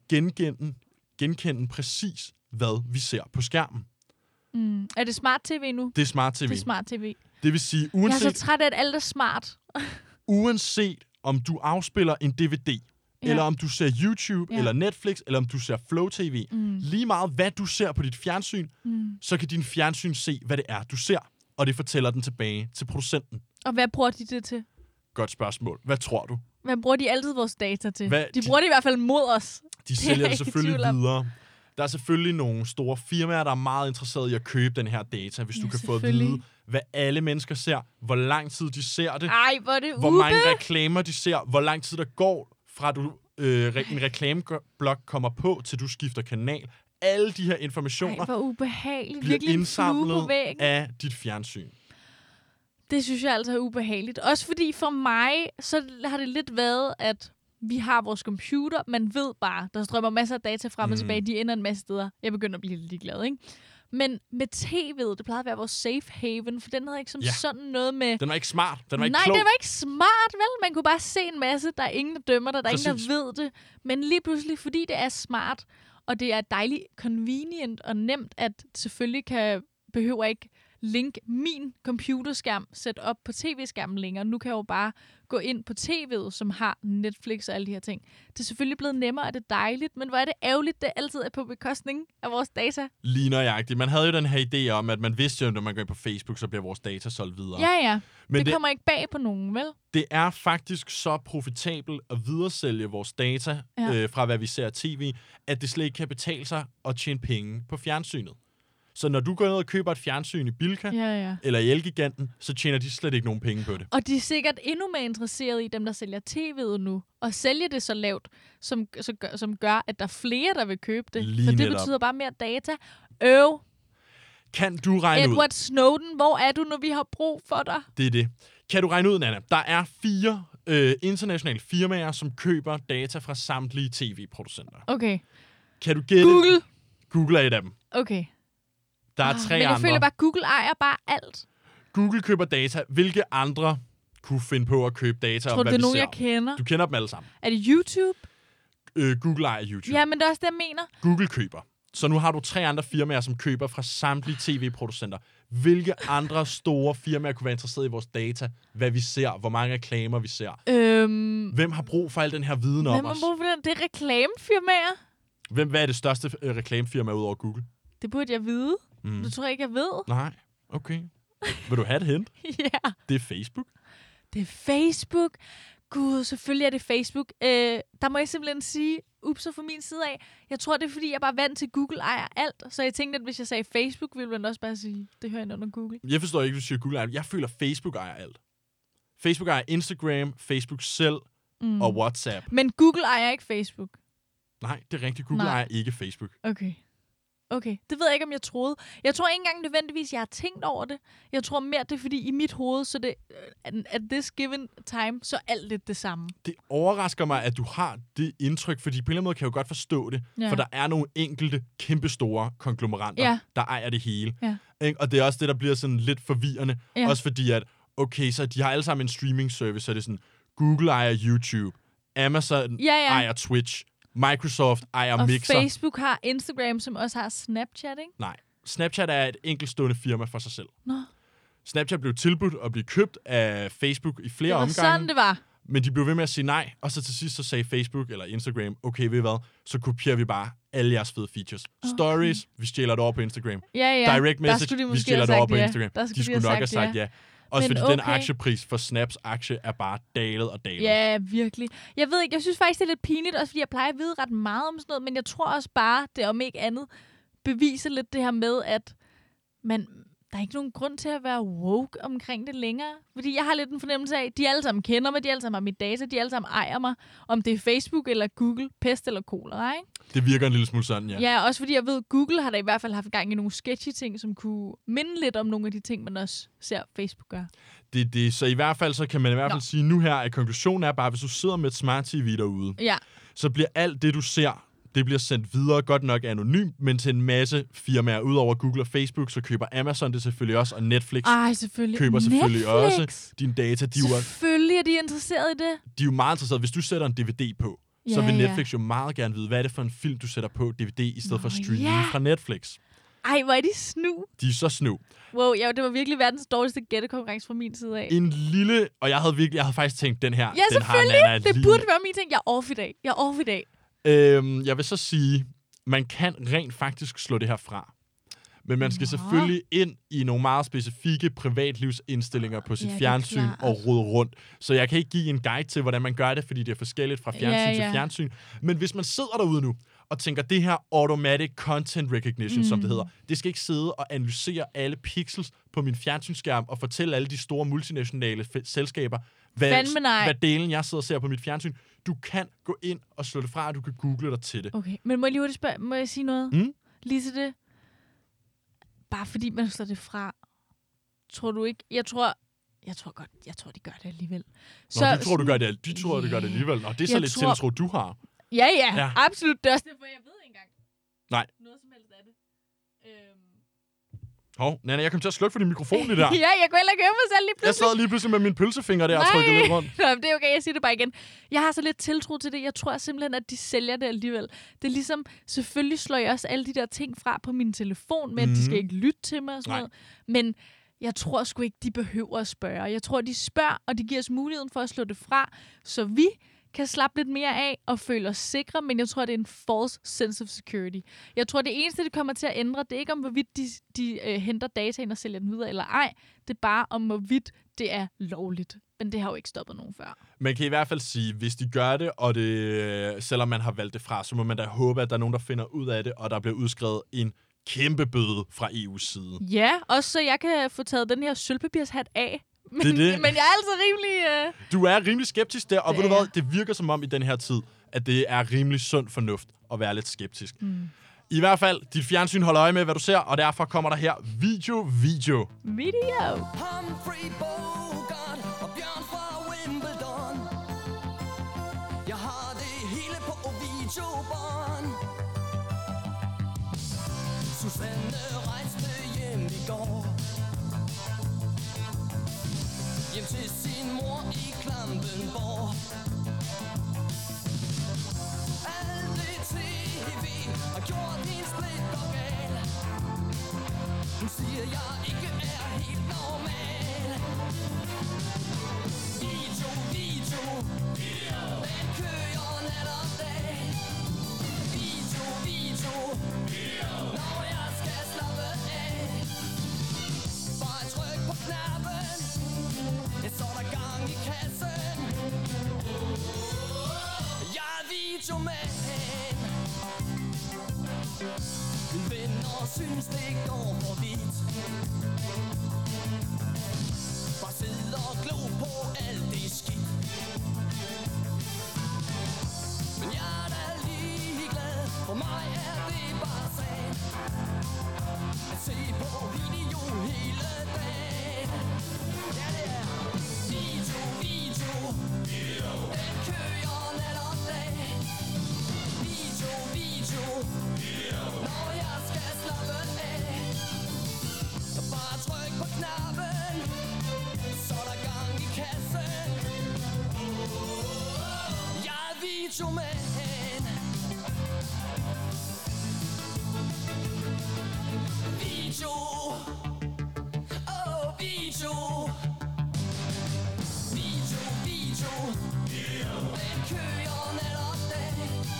genkende præcis, hvad vi ser på skærmen. Er det smart tv nu? Det er smart tv. Det er smart tv. Det vil sige, uanset... Jeg er så træt af, at alt er smart. Uanset om du afspiller en DVD, eller om du ser YouTube, eller Netflix, eller om du ser Flow TV. Lige meget, hvad du ser på dit fjernsyn, så kan din fjernsyn se, hvad det er, du ser. Og det fortæller den tilbage til producenten. Og hvad bruger de det til? Godt spørgsmål. Hvad tror du? Hvad bruger de altid vores data til? De bruger det i hvert fald mod os. De sælger det selvfølgelig videre. Der er selvfølgelig nogle store firmaer, der er meget interesserede i at købe den her data, hvis du kan få at vide, hvad alle mennesker ser, hvor lang tid de ser det, hvor mange reklamer de ser, hvor lang tid der går fra du en reklameblok kommer på, til du skifter kanal. Alle de her informationer bliver indsamlet af dit fjernsyn. Det synes jeg altså er ubehageligt. Også fordi for mig, så har det lidt været, at vi har vores computer, man ved bare, der strømmer masser af data frem og tilbage, de ender en masse steder. Jeg begynder at blive lidt ligeglad, ikke? Men med tv'et, det plejede at være vores safe haven, for den havde ikke sådan noget med... Den var ikke smart, den var ikke klog. Nej, det var ikke smart, vel? Man kunne bare se en masse, der er ingen, der dømmer dig, der er ingen, der ved det. Men lige pludselig, fordi det er smart, og det er dejligt convenient og nemt, at selvfølgelig behøver ikke link min computerskærm sætte op på tv-skærmen længere. Nu kan jeg jo bare gå ind på tv'et, som har Netflix og alle de her ting. Det er selvfølgelig blevet nemmere, og det er dejligt, men hvor er det ærgerligt, det altid er på bekostning af vores data. Lige nøjagtigt. Man havde jo den her idé om, at man vidste jo, når man går ind på Facebook, så bliver vores data solgt videre. Ja. Men det kommer ikke bag på nogen, vel? Det er faktisk så profitabelt at videresælge vores data fra, hvad vi ser af tv, at det slet ikke kan betale sig at tjene penge på fjernsynet. Så når du går ned og køber et fjernsyn i Bilka, eller i Elgiganten, så tjener de slet ikke nogen penge på det. Og de er sikkert endnu mere interesserede i dem, der sælger tv'et nu, og sælge det så lavt, som gør, at der er flere, der vil købe det. Lige for det netop. betyder bare mere data. Kan du regne Edward Snowden, hvor er du, når vi har brug for dig? Det er det. Kan du regne ud, Nana? Der er 4 internationale firmaer, som køber data fra samtlige tv-producenter. Okay. Kan du gætte? Google. Google er et af dem. Okay. Der er 3 andre. Men jeg føler bare, at Google ejer bare alt. Google køber data. Hvilke andre kunne finde på at købe data om, hvad vi ser? Tror du, det er nogen, jeg kender? Du kender dem alle sammen. Er det YouTube? Google ejer YouTube. Ja, men det er også det, jeg mener. Google køber. Så nu har du 3 andre firmaer, som køber fra samtlige tv-producenter. Hvilke andre store firmaer kunne være interesseret i vores data? Hvad vi ser? Hvor mange reklamer vi ser? Hvem har brug for al den her viden om os? Hvem har brug for den? Det er reklamefirmaer. Hvad er det største reklamefirma ud over Google? Det burde jeg vide. Det tror jeg ikke, jeg ved. Nej, okay. Vil du have et hint? Ja. Det er Facebook. Det er Facebook. Gud, selvfølgelig er det Facebook. Der må jeg simpelthen sige, så fra min side af, jeg tror, det er, fordi jeg bare er vant til, Google ejer alt. Så jeg tænkte, at hvis jeg sagde Facebook, ville man også bare sige, det hører ind under Google. Jeg forstår ikke, hvis du siger Google ejer. Jeg føler, Facebook ejer alt. Facebook ejer Instagram, Facebook selv og WhatsApp. Men Google ejer ikke Facebook. Nej, det er rigtigt. Google ejer ikke Facebook. Okay, det ved jeg ikke, om jeg troede. Jeg tror ikke engang nødvendigvis, jeg har tænkt over det. Jeg tror mere, det er fordi i mit hoved, så det at this given time, så alt lidt det samme. Det overrasker mig, at du har det indtryk, fordi på en eller anden måde kan jeg jo godt forstå det. Ja. For der er nogle enkelte, kæmpestore konglomeranter, der ejer det hele. Ja. Og det er også det, der bliver sådan lidt forvirrende. Ja. Også fordi, at okay, så de har alle sammen en streaming service, så det er sådan, Google ejer YouTube, Amazon ejer Twitch, Microsoft ejer Mixer. Og Facebook har Instagram, som også har Snapchat, ikke? Nej. Snapchat er et enkeltstående firma for sig selv. Nå. Snapchat blev tilbudt at blive købt af Facebook i flere omgange. Det var sådan, det var. Men de blev ved med at sige nej, og så til sidst så sagde Facebook eller Instagram, okay, ved I hvad, så kopierer vi bare alle jeres fede features. Stories, vi stjæler det over på Instagram. Ja. Direct message, vi stjæler det over på Instagram. De skulle nok have sagt ja. Også fordi den aktiepris for Snaps aktie er bare dalet og dalet. Ja, virkelig. Jeg ved ikke, jeg synes faktisk, det er lidt pinligt, også fordi jeg plejer at vide ret meget om sådan noget, men jeg tror også bare, det om ikke andet beviser lidt det her med, at der er ikke nogen grund til at være woke omkring det længere. Fordi jeg har lidt en fornemmelse af, at de alle sammen kender mig, de alle sammen har mit data, de alle sammen ejer mig. Om det er Facebook eller Google, pest eller kolera, ikke? Det virker en lille smule sådan, ja. Ja, også fordi jeg ved, at Google har da i hvert fald haft gang i nogle sketchy ting, som kunne minde lidt om nogle af de ting, man også ser Facebook gøre. Så i hvert fald, så kan man i hvert fald sige nu her, at konklusionen er bare, hvis du sidder med et smart TV derude, så bliver alt det, du ser, det bliver sendt videre, godt nok anonymt, men til en masse firmaer. Udover Google og Facebook, så køber Amazon det selvfølgelig også, og Netflix køber selvfølgelig også dine data. Selvfølgelig er de interesseret i det. De er jo meget interesserede. Hvis du sætter en DVD på, så vil Netflix jo meget gerne vide, hvad er det for en film, du sætter på DVD, i stedet for streaming fra Netflix. Ej, hvor er de snu. De er så snu. Wow, det var virkelig verdens dårligste gættekonkurrence fra min side af. En lille, og jeg havde faktisk tænkt, den her, ja, den har Nana det burde være min ting. Jeg er off i dag. Jeg vil så sige, man kan rent faktisk slå det her fra. Men man skal selvfølgelig ind i nogle meget specifikke privatlivsindstillinger på sit fjernsyn og rode rundt. Så jeg kan ikke give en guide til, hvordan man gør det, fordi det er forskelligt fra fjernsyn til fjernsyn. Men hvis man sidder derude nu og tænker, det her automatic content recognition, som det hedder, det skal ikke sidde og analysere alle pixels på min fjernsynsskærm og fortælle alle de store multinationale selskaber, hvad delen jeg sidder og ser på mit fjernsyn. Du kan gå ind og slå det fra, og du kan google dig til det. Okay, men må jeg lige hurtigt spørge, må jeg sige noget? Lige til det? Bare fordi man slår det fra. Tror du ikke? Jeg tror de gør det alligevel. Nå, de tror, du gør det alligevel. Nå, det er så lidt tiltro, du har. Ja, absolut. Det er også derfor, jeg ved ikke engang. Nej. Noget som helst af det. Nana, jeg kom til at slukke for din mikrofon lige der. Ja, jeg kunne heller ikke høre mig selv lige pludselig. Jeg sad lige pludselig med min pølsefinger der og trykkede lidt rundt. Nå, det er okay, jeg siger det bare igen. Jeg har så lidt tiltro til det. Jeg tror simpelthen, at de sælger det alligevel. Det er ligesom, selvfølgelig slår jeg også alle de der ting fra på min telefon, men de skal ikke lytte til mig og sådan noget. Men jeg tror sgu ikke, de behøver at spørge. Jeg tror, de spørger, og de giver os muligheden for at slå det fra, så vi kan slappe lidt mere af og føle os sikre, men jeg tror, det er en false sense of security. Jeg tror, det eneste, det kommer til at ændre, det er ikke om, hvorvidt de henter data ind og sælger den videre eller ej. Det er bare om, hvorvidt det er lovligt. Men det har jo ikke stoppet nogen før. Man kan i hvert fald sige, hvis de gør det, og det, selvom man har valgt det fra, så må man da håbe, at der er nogen, der finder ud af det, og der bliver udskrevet en kæmpe bøde fra EU's side. Ja, også så jeg kan få taget den her sølvpapirshat af. Men jeg er altså rimelig... Du er rimelig skeptisk der, og ved du hvad, det virker som om i den her tid, at det er rimelig sund fornuft at være lidt skeptisk. I hvert fald, dit fjernsyn holder øje med, hvad du ser, og derfor kommer der her video. Humphrey Bogart og Bjørn fra Wimbledon. bort. Alt det tv har gjort hendes blik og gal. Hun siger, jeg ikke er helt normal. Video, den kører nat og dag. Video, når jeg skal slappe af. Bare tryk på knappen, så er der gang i kassen. Jeg er videomand. Mine venner synes det går for vidt. Bare sidde og glo på alt det skidt. Men jeg er da ligeglad, for mig er det bare sag at se på video hele dagen. Ja, det er video, den kører nat og dag. Video, når jeg skal slappe af. Bare tryk på knappen, så er der gang i kassen. Jeg er videomand. Video, video. Video, den kører nat og dag.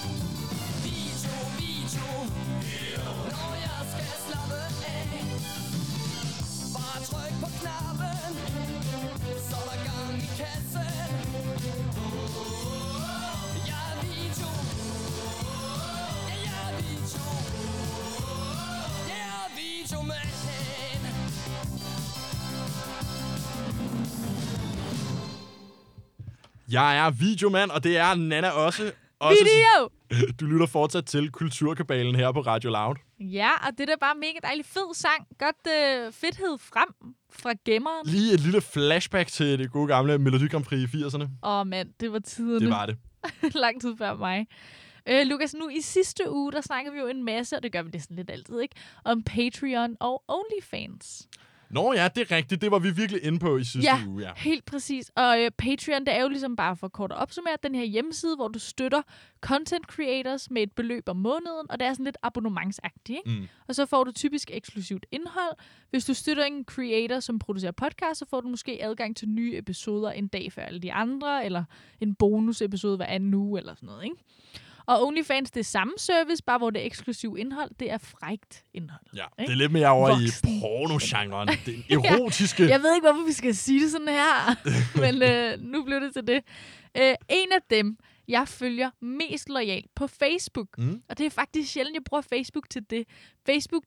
Video, når jeg skal slappe af. Bare tryk på knappen, så er der gang i kassen. Jeg er video. Ja, jeg er video. Jeg er videomand. Jeg er videomand, og det er Nana også. Video! Du lytter fortsat til Kulturkabalen her på Radio Loud. Ja, og det er da bare mega dejlig fed sang. Godt fedhed frem fra gemmeren. Lige et lille flashback til det gode gamle Melodi Grand Prix i 80'erne. Mand, det var tiderne. Det var det. Lang tid før mig. Lukas, nu i sidste uge, der snakker vi jo en masse, og det gør vi næsten lidt altid, ikke? Om Patreon og OnlyFans. Nå ja, det er rigtigt. Det var vi virkelig inde på i sidste uge. Ja, helt præcis. Og Patreon, det er jo ligesom bare for kort at opsummere den her hjemmeside, hvor du støtter content creators med et beløb om måneden, og det er sådan lidt abonnementsagtigt, ikke? Mm. Og så får du typisk eksklusivt indhold. Hvis du støtter en creator, som producerer podcast, så får du måske adgang til nye episoder en dag før alle de andre, eller en bonusepisode hver anden uge, eller sådan noget, ikke? Og OnlyFans, det er samme service, bare hvor det er eksklusiv indhold. Det er frækt indhold. Ja, ikke? det er lidt mere over Voksen. i pornogenren. Det erotiske. Jeg ved ikke, hvorfor vi skal sige det sådan her, men nu blev det til det. En af dem, jeg følger mest loyalt på Facebook, og det er faktisk sjældent, jeg bruger Facebook til det. Facebook,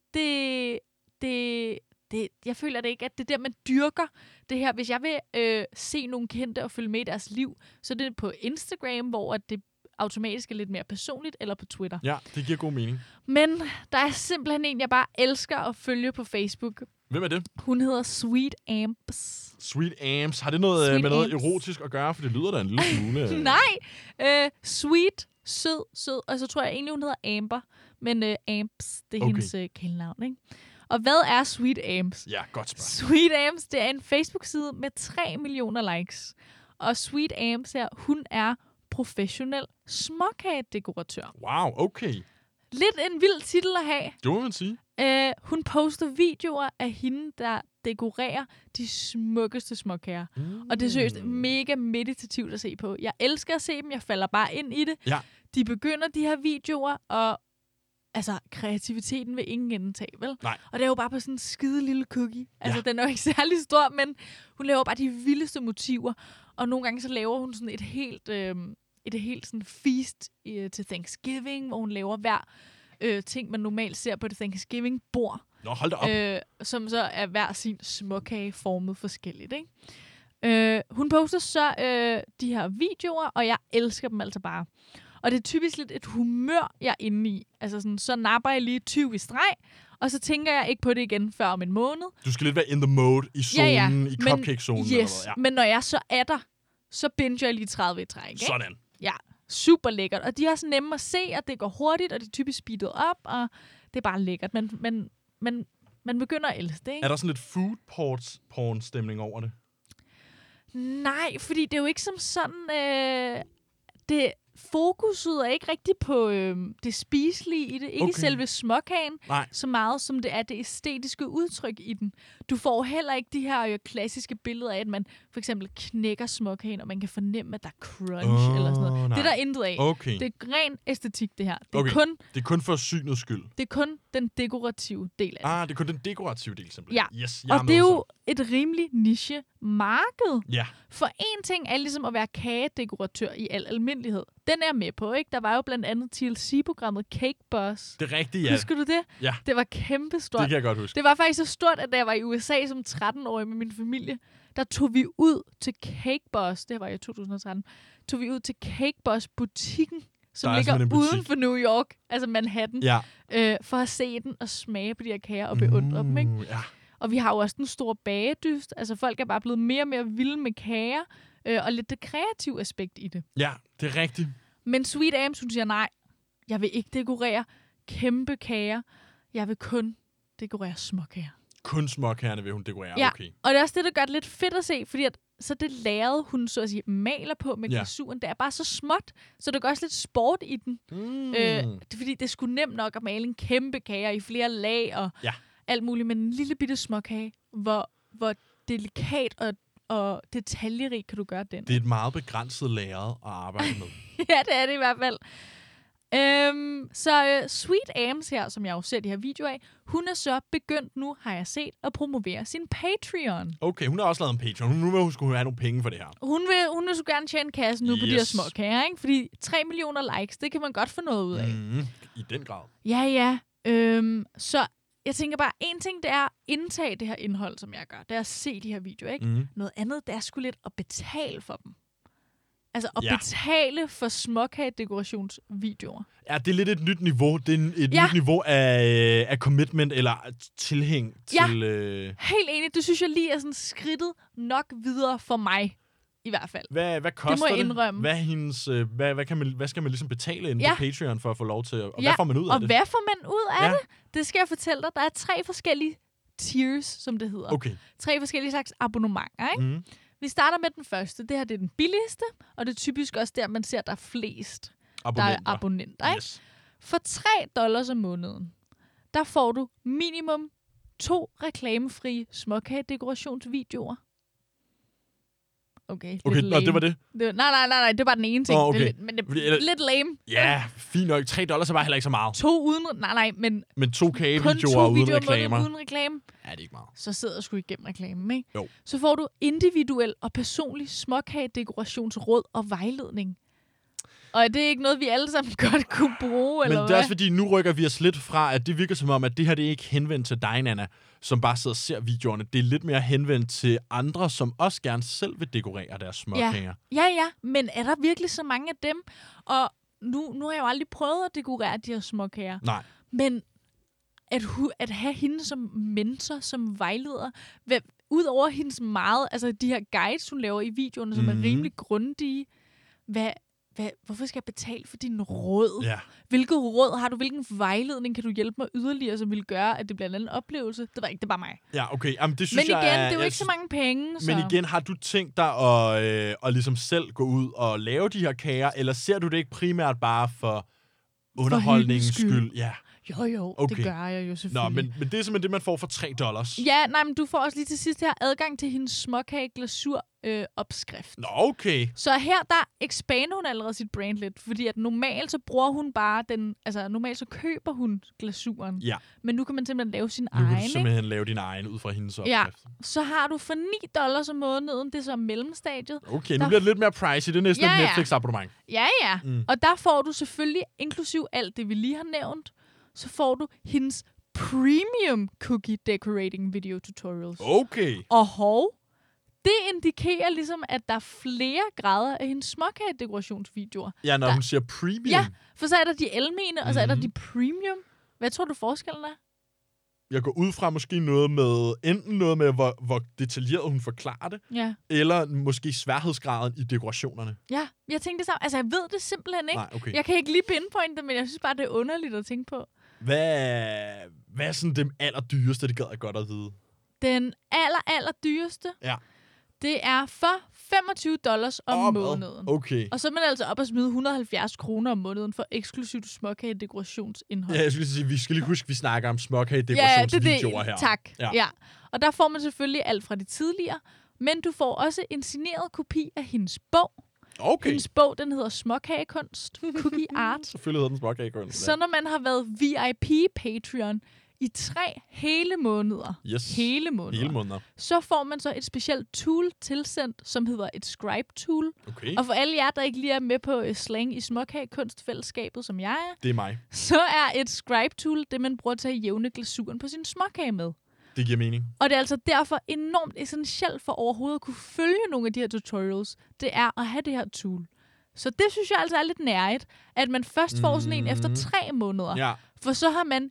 jeg føler det ikke, at det der, man dyrker det her. Hvis jeg vil se nogle kendte og følge med i deres liv, så er det på Instagram, hvor det automatisk er lidt mere personligt, eller på Twitter. Ja, det giver god mening. Men der er simpelthen en, jeg bare elsker at følge på Facebook. Hvem er det? Hun hedder Sweet Amps. Sweet Amps. Har det noget med noget erotisk at gøre? For det lyder da en lille smule. Nej. Sweet, sød. Og så tror jeg egentlig, hun hedder Amber. Men Amps, det er hendes kælenavn, ikke? Og hvad er Sweet Amps? Ja, godt spørgsmål. Sweet Amps, det er en Facebook-side med 3 millioner likes. Og Sweet Amps her, hun er professionel småkagedekoratør. Wow, okay. Lidt en vild titel at have. Det må man sige. Hun poster videoer af hende, der dekorerer de smukkeste småkager. Og det er seriøst mega meditativt at se på. Jeg elsker at se dem. Jeg falder bare ind i det. Ja. De begynder de her videoer, og altså, kreativiteten vil ingen ende tage, vel? Nej. Og det er jo bare på sådan en skide lille cookie. Altså, den er jo ikke særlig stor, men hun laver bare de vildeste motiver. Og nogle gange så laver hun sådan et helt sådan feast til Thanksgiving, hvor hun laver hver ting, man normalt ser på et Thanksgiving-bord. Nå, hold da op. Som så er hver sin småkage formet forskelligt, ikke? Hun poster så de her videoer, og jeg elsker dem altså bare. Og det er typisk lidt et humør, jeg er inde i. Altså sådan, så napper jeg lige 20 i streg, og så tænker jeg ikke på det igen før om en måned. Du skal lidt være in the mode, i zonen, i cupcake-zonen. Yes, men når jeg så er der, så binger jeg lige 30 i træk. Ikke? Sådan. Ja, super lækkert. Og de er også nemme at se, og det går hurtigt, og de er typisk speedet op, og det er bare lækkert. Men man begynder at elske det, ikke? Er der sådan lidt food porn-stemning over det? Nej, fordi det er jo ikke som sådan... Fokuset er ikke rigtig på det spiselige i det. Ikke selve småkagen, så meget som det er det æstetiske udtryk i den. Du får heller ikke de her klassiske billeder af, at man for eksempel knækker småkagen, og man kan fornemme, at der er crunch eller sådan noget. Det er der intet af. Det er ren æstetik, det her. Det er kun for synets skyld. Det er kun den dekorative del af det. Det er kun den dekorative del, simpelthen. Ja, yes, og det er jo et rimelig niche-marked. Ja. For en ting er ligesom at være kagedekoratør i al almindelighed. Den er jeg med på, ikke? Der var jo blandt andet TLC-programmet Cake Boss. Det er rigtigt, ja. Husker du det? Ja. Det var kæmpestort. Det kan jeg godt huske. Det var faktisk så stort, at da jeg var i USA som 13-årig med min familie, der tog vi ud til Cake Boss. Det var i 2013. Tog vi ud til Cake Boss-butikken, som ligger uden for New York, altså Manhattan, for at se den og smage på de her kager og beundre dem, ikke? Ja. Og vi har jo også den store bagedyst. Altså folk er bare blevet mere og mere vilde med kager, og lidt det kreative aspekt i det. Ja, det er rigtigt. Men Sweet Ames, hun siger nej. Jeg vil ikke dekorere kæmpe kager. Jeg vil kun dekorere småkager. Kun småkagerne vil hun dekorere, ja. Okay. Og det er også det, der gør det lidt fedt at se, fordi at, så det lærrede hun så at sige maler på med glasuren. Det er bare så småt, så der går også lidt sport i den. Fordi det er sgu nemt nok at male en kæmpe kager i flere lag og alt muligt, men en lille bitte småkage, hvor delikat og detaljerig kan du gøre den. Det er et meget begrænset lærred at arbejde med. Ja, det er det i hvert fald. Så Sweet Ames her, som jeg jo ser de her videoer af, hun er så begyndt nu, har jeg set, at promovere sin Patreon. Okay, hun har også lavet en Patreon. Nu vil hun skulle have nogle penge for det her. Hun vil så gerne tjene kassen nu på de her små kager, ikke? Fordi 3 millioner likes, det kan man godt få noget ud af. I den grad. Ja. Så jeg tænker bare, en ting, det er at indtage det her indhold, som jeg gør. Det er at se de her videoer, ikke? Noget andet, det er sgu lidt at betale for dem. Altså at betale for småkagedekorationsvideoer. Ja, det er lidt et nyt niveau. Det er et nyt niveau af commitment eller tilhæng til... Helt enig. Det synes jeg lige er sådan skridtet nok videre for mig, i hvert fald. Hvad koster det? Må jeg indrømme. Hvad skal man ligesom betale ind på Patreon for at få lov til? Og hvad får man ud af det? Og hvad får man ud af det? Det skal jeg fortælle dig. Der er 3 forskellige tiers, som det hedder. Okay. 3 forskellige slags abonnementer, ikke? Vi starter med den første. Det her det er den billigste, og det er typisk også der, man ser, der er flest abonnenter. Ikke? Yes. For $3 om måneden, der får du minimum 2 reklamefrie småkagedekorationsvideoer. Okay, og det var det? Nej, det var den ene ting. Okay. Det er lidt lame. Ja, fint nok. $3 er bare heller ikke så meget. 2 uden... Men 2 kagevideoer uden reklamer. Uden reklame. Ja, det er ikke meget. Så sidder jeg sgu igennem reklamen, ikke? Jo. Så får du individuel og personlig småkagedekorationsråd og vejledning. Og er det ikke noget, vi alle sammen godt kunne bruge, eller hvad? Men det er også fordi, nu rykker vi os lidt fra, at det virker som om, at det her det er ikke henvendt til dig, Nana, som bare sidder og ser videoerne. Det er lidt mere henvendt til andre, som også gerne selv vil dekorere deres småkager. Ja, men er der virkelig så mange af dem? Og nu har jeg jo aldrig prøvet at dekorere de her småkager. Nej. Men at have hende som mentor, som vejleder, udover hendes meget, altså de her guides, hun laver i videoerne, som er rimelig grundige, hvorfor skal jeg betale for din råd? Ja. Hvilket råd har du? Hvilken vejledning kan du hjælpe mig yderligere, som vil gøre, at det bliver en anden oplevelse? Det var ikke, det var mig. Ja, okay. Jamen, det synes men igen, jeg det er jo ikke så mange penge. Så. Men igen, har du tænkt dig at ligesom selv gå ud og lave de her kager, eller ser du det ikke primært bare for underholdningens skyld? Ja. Jo, okay. Det gør jeg jo selvfølgelig. Nå, men det er simpelthen det, man får for $3. Ja, men du får også lige til sidst her adgang til hendes småkageglasur opskrift. Nå, okay. Så her, der expander hun allerede sit brand lidt, fordi at normalt så bruger hun bare normalt så køber hun glasuren. Ja. Men nu kan man simpelthen lave sin egen, Nu kan du simpelthen lave din egen ud fra hendes opskrift. Ja. Så har du for $9 om måneden, det er så mellemstadiet. Okay, nu bliver det lidt mere pricey. Det er næsten et Netflix-abonnement. Ja. Og der får du selvfølgelig, inklusiv alt det, vi lige har nævnt, så får du hendes premium cookie decorating video tutorials. Okay. Og det indikerer ligesom, at der er flere grader af hendes småkagedekorationsvideoer. Ja, når hun siger premium. Ja, for så er der de almene, og så er der de premium. Hvad tror du forskellen er? Jeg går ud fra måske enten noget med, hvor detaljeret hun forklarer det, eller måske sværhedsgraden i dekorationerne. Ja, jeg tænkte det samme. Altså, jeg ved det simpelthen ikke. Nej, okay. Jeg kan ikke lige pinpointe det, men jeg synes bare, det er underligt at tænke på. Hvad er sådan det allerdyreste, det gad jeg godt at vide? Den aller dyreste? Ja. Det er for $25 om måneden. Okay. Og så er man altså op og smide 170 kroner om måneden for eksklusivt småkagedekorationsindhold. Ja, jeg skulle sige, vi skal lige huske, at vi snakker om småkagedekorationsvideoer her. Tak. Ja. Og der får man selvfølgelig alt fra det tidligere, men du får også en signeret kopi af hendes bog. Okay. Hendes bog, den hedder Småkagekunst, Cookie Art. Selvfølgelig hedder den Småkagekunst. Så når man har været VIP Patreon i 3 hele måneder, hele måneder, så får man så et specielt tool tilsendt, som hedder et scribe tool. Okay. Og for alle jer, der ikke lige er med på slang i småkagekunstfællesskabet, som jeg er, det er mig. Så er et scribe tool det, man bruger til at jævne glasuren på sin småkage med. Det giver mening. Og det er altså derfor enormt essentielt for overhovedet at kunne følge nogle af de her tutorials. Det er at have det her tool. Så det synes jeg altså er lidt nærigt, at man først får sådan en efter 3 måneder. Ja. For så har man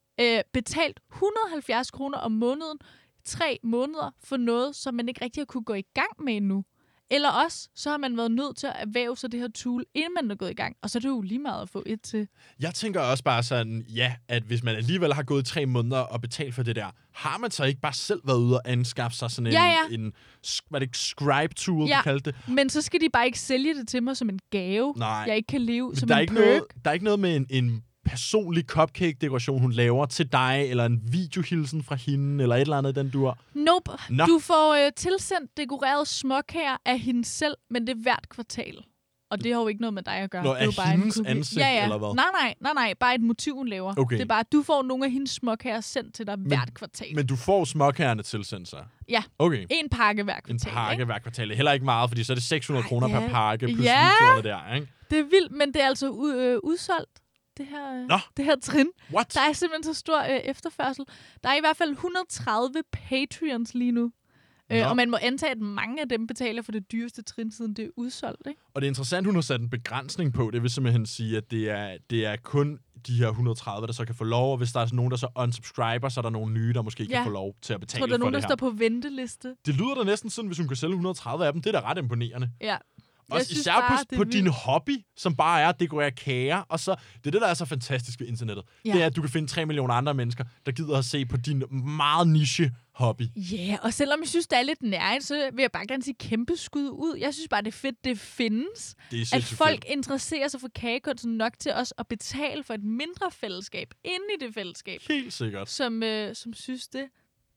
betalt 170 kroner om måneden, 3 måneder for noget, som man ikke rigtig har kunne gå i gang med endnu. Eller også, så har man været nødt til at erhverve sig det her tool, inden man er gået i gang. Og så er det jo lige meget at få et til. Jeg tænker også bare sådan, at hvis man alligevel har gået 3 måneder og betalt for det der, har man så ikke bare selv været ude og anskaffe sig sådan en hvad det ikke, scribe tool, du kaldte det? Men så skal de bare ikke sælge det til mig som en gave, jeg ikke kan leve men som en perk. Der er ikke noget med en personlig cupcake-dekoration, hun laver til dig, eller en videohilsen fra hende, eller et eller andet den dur. Nope. Du får tilsendt dekoreret småkager af hende selv, men det er hvert kvartal. Og det har jo ikke noget med dig at gøre. Nå, det er jo bare hendes ansigt, eller hvad? Nej. Bare et motiv, hun laver. Okay. Det er bare, at du får nogle af hendes småkager sendt til dig hvert kvartal. Men du får småkagerne tilsendt sig? Ja. Okay. En pakke hver kvartal. En pakke hver kvartal. Heller ikke meget, fordi så er det 600 kroner per pakke, plus videoerne der, ikke? Det er vildt, men det er altså udsolgt. Det her trin. What? Der er simpelthen så stor efterførsel. Der er i hvert fald 130 Patreons lige nu. Og man må antage, at mange af dem betaler for det dyreste trin, siden det er udsolgt, ikke? Og det er interessant, hun har sat en begrænsning på. Det vil simpelthen sige, at det er kun de her 130, der så kan få lov. Og hvis der er nogen, der så unsubscriber, så er der nogle nye, der måske kan få lov til at betale for det her. Tror der er nogen, der står på venteliste? Det lyder da næsten sådan, hvis hun kan sælge 130 af dem. Det er da ret imponerende. Ja. Også især bare, på din hobby, som bare er at dekorere kager. Og så, det er det, der er så fantastisk ved internettet. Ja. Det er, at du kan finde 3 millioner andre mennesker, der gider at se på din meget niche hobby. Ja, og selvom jeg synes, det er lidt nærigt, så vil jeg bare gerne sige kæmpe skud ud. Jeg synes bare, det er fedt, det findes. Det er at folk interesserer sig for kagekunsten nok til os at betale for et mindre fællesskab inde i det fællesskab. Helt sikkert. Som synes det.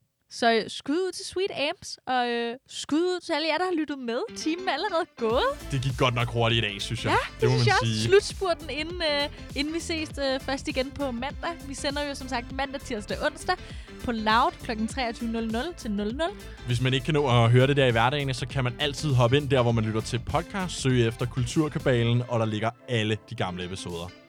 Så skud ud til Sweet Amps, og skud ud til alle jer, der har lyttet med. Timen er allerede gået. Det gik godt nok hurtigt i dag, synes jeg. Ja, det må man sige. Slutspurten, inden vi ses først igen på mandag. Vi sender jo som sagt mandag, tirsdag og onsdag på Loud kl. 23.00 til 00. Hvis man ikke kan nå at høre det der i hverdagen, så kan man altid hoppe ind der, hvor man lytter til podcast, søge efter Kulturkabalen, og der ligger alle de gamle episoder.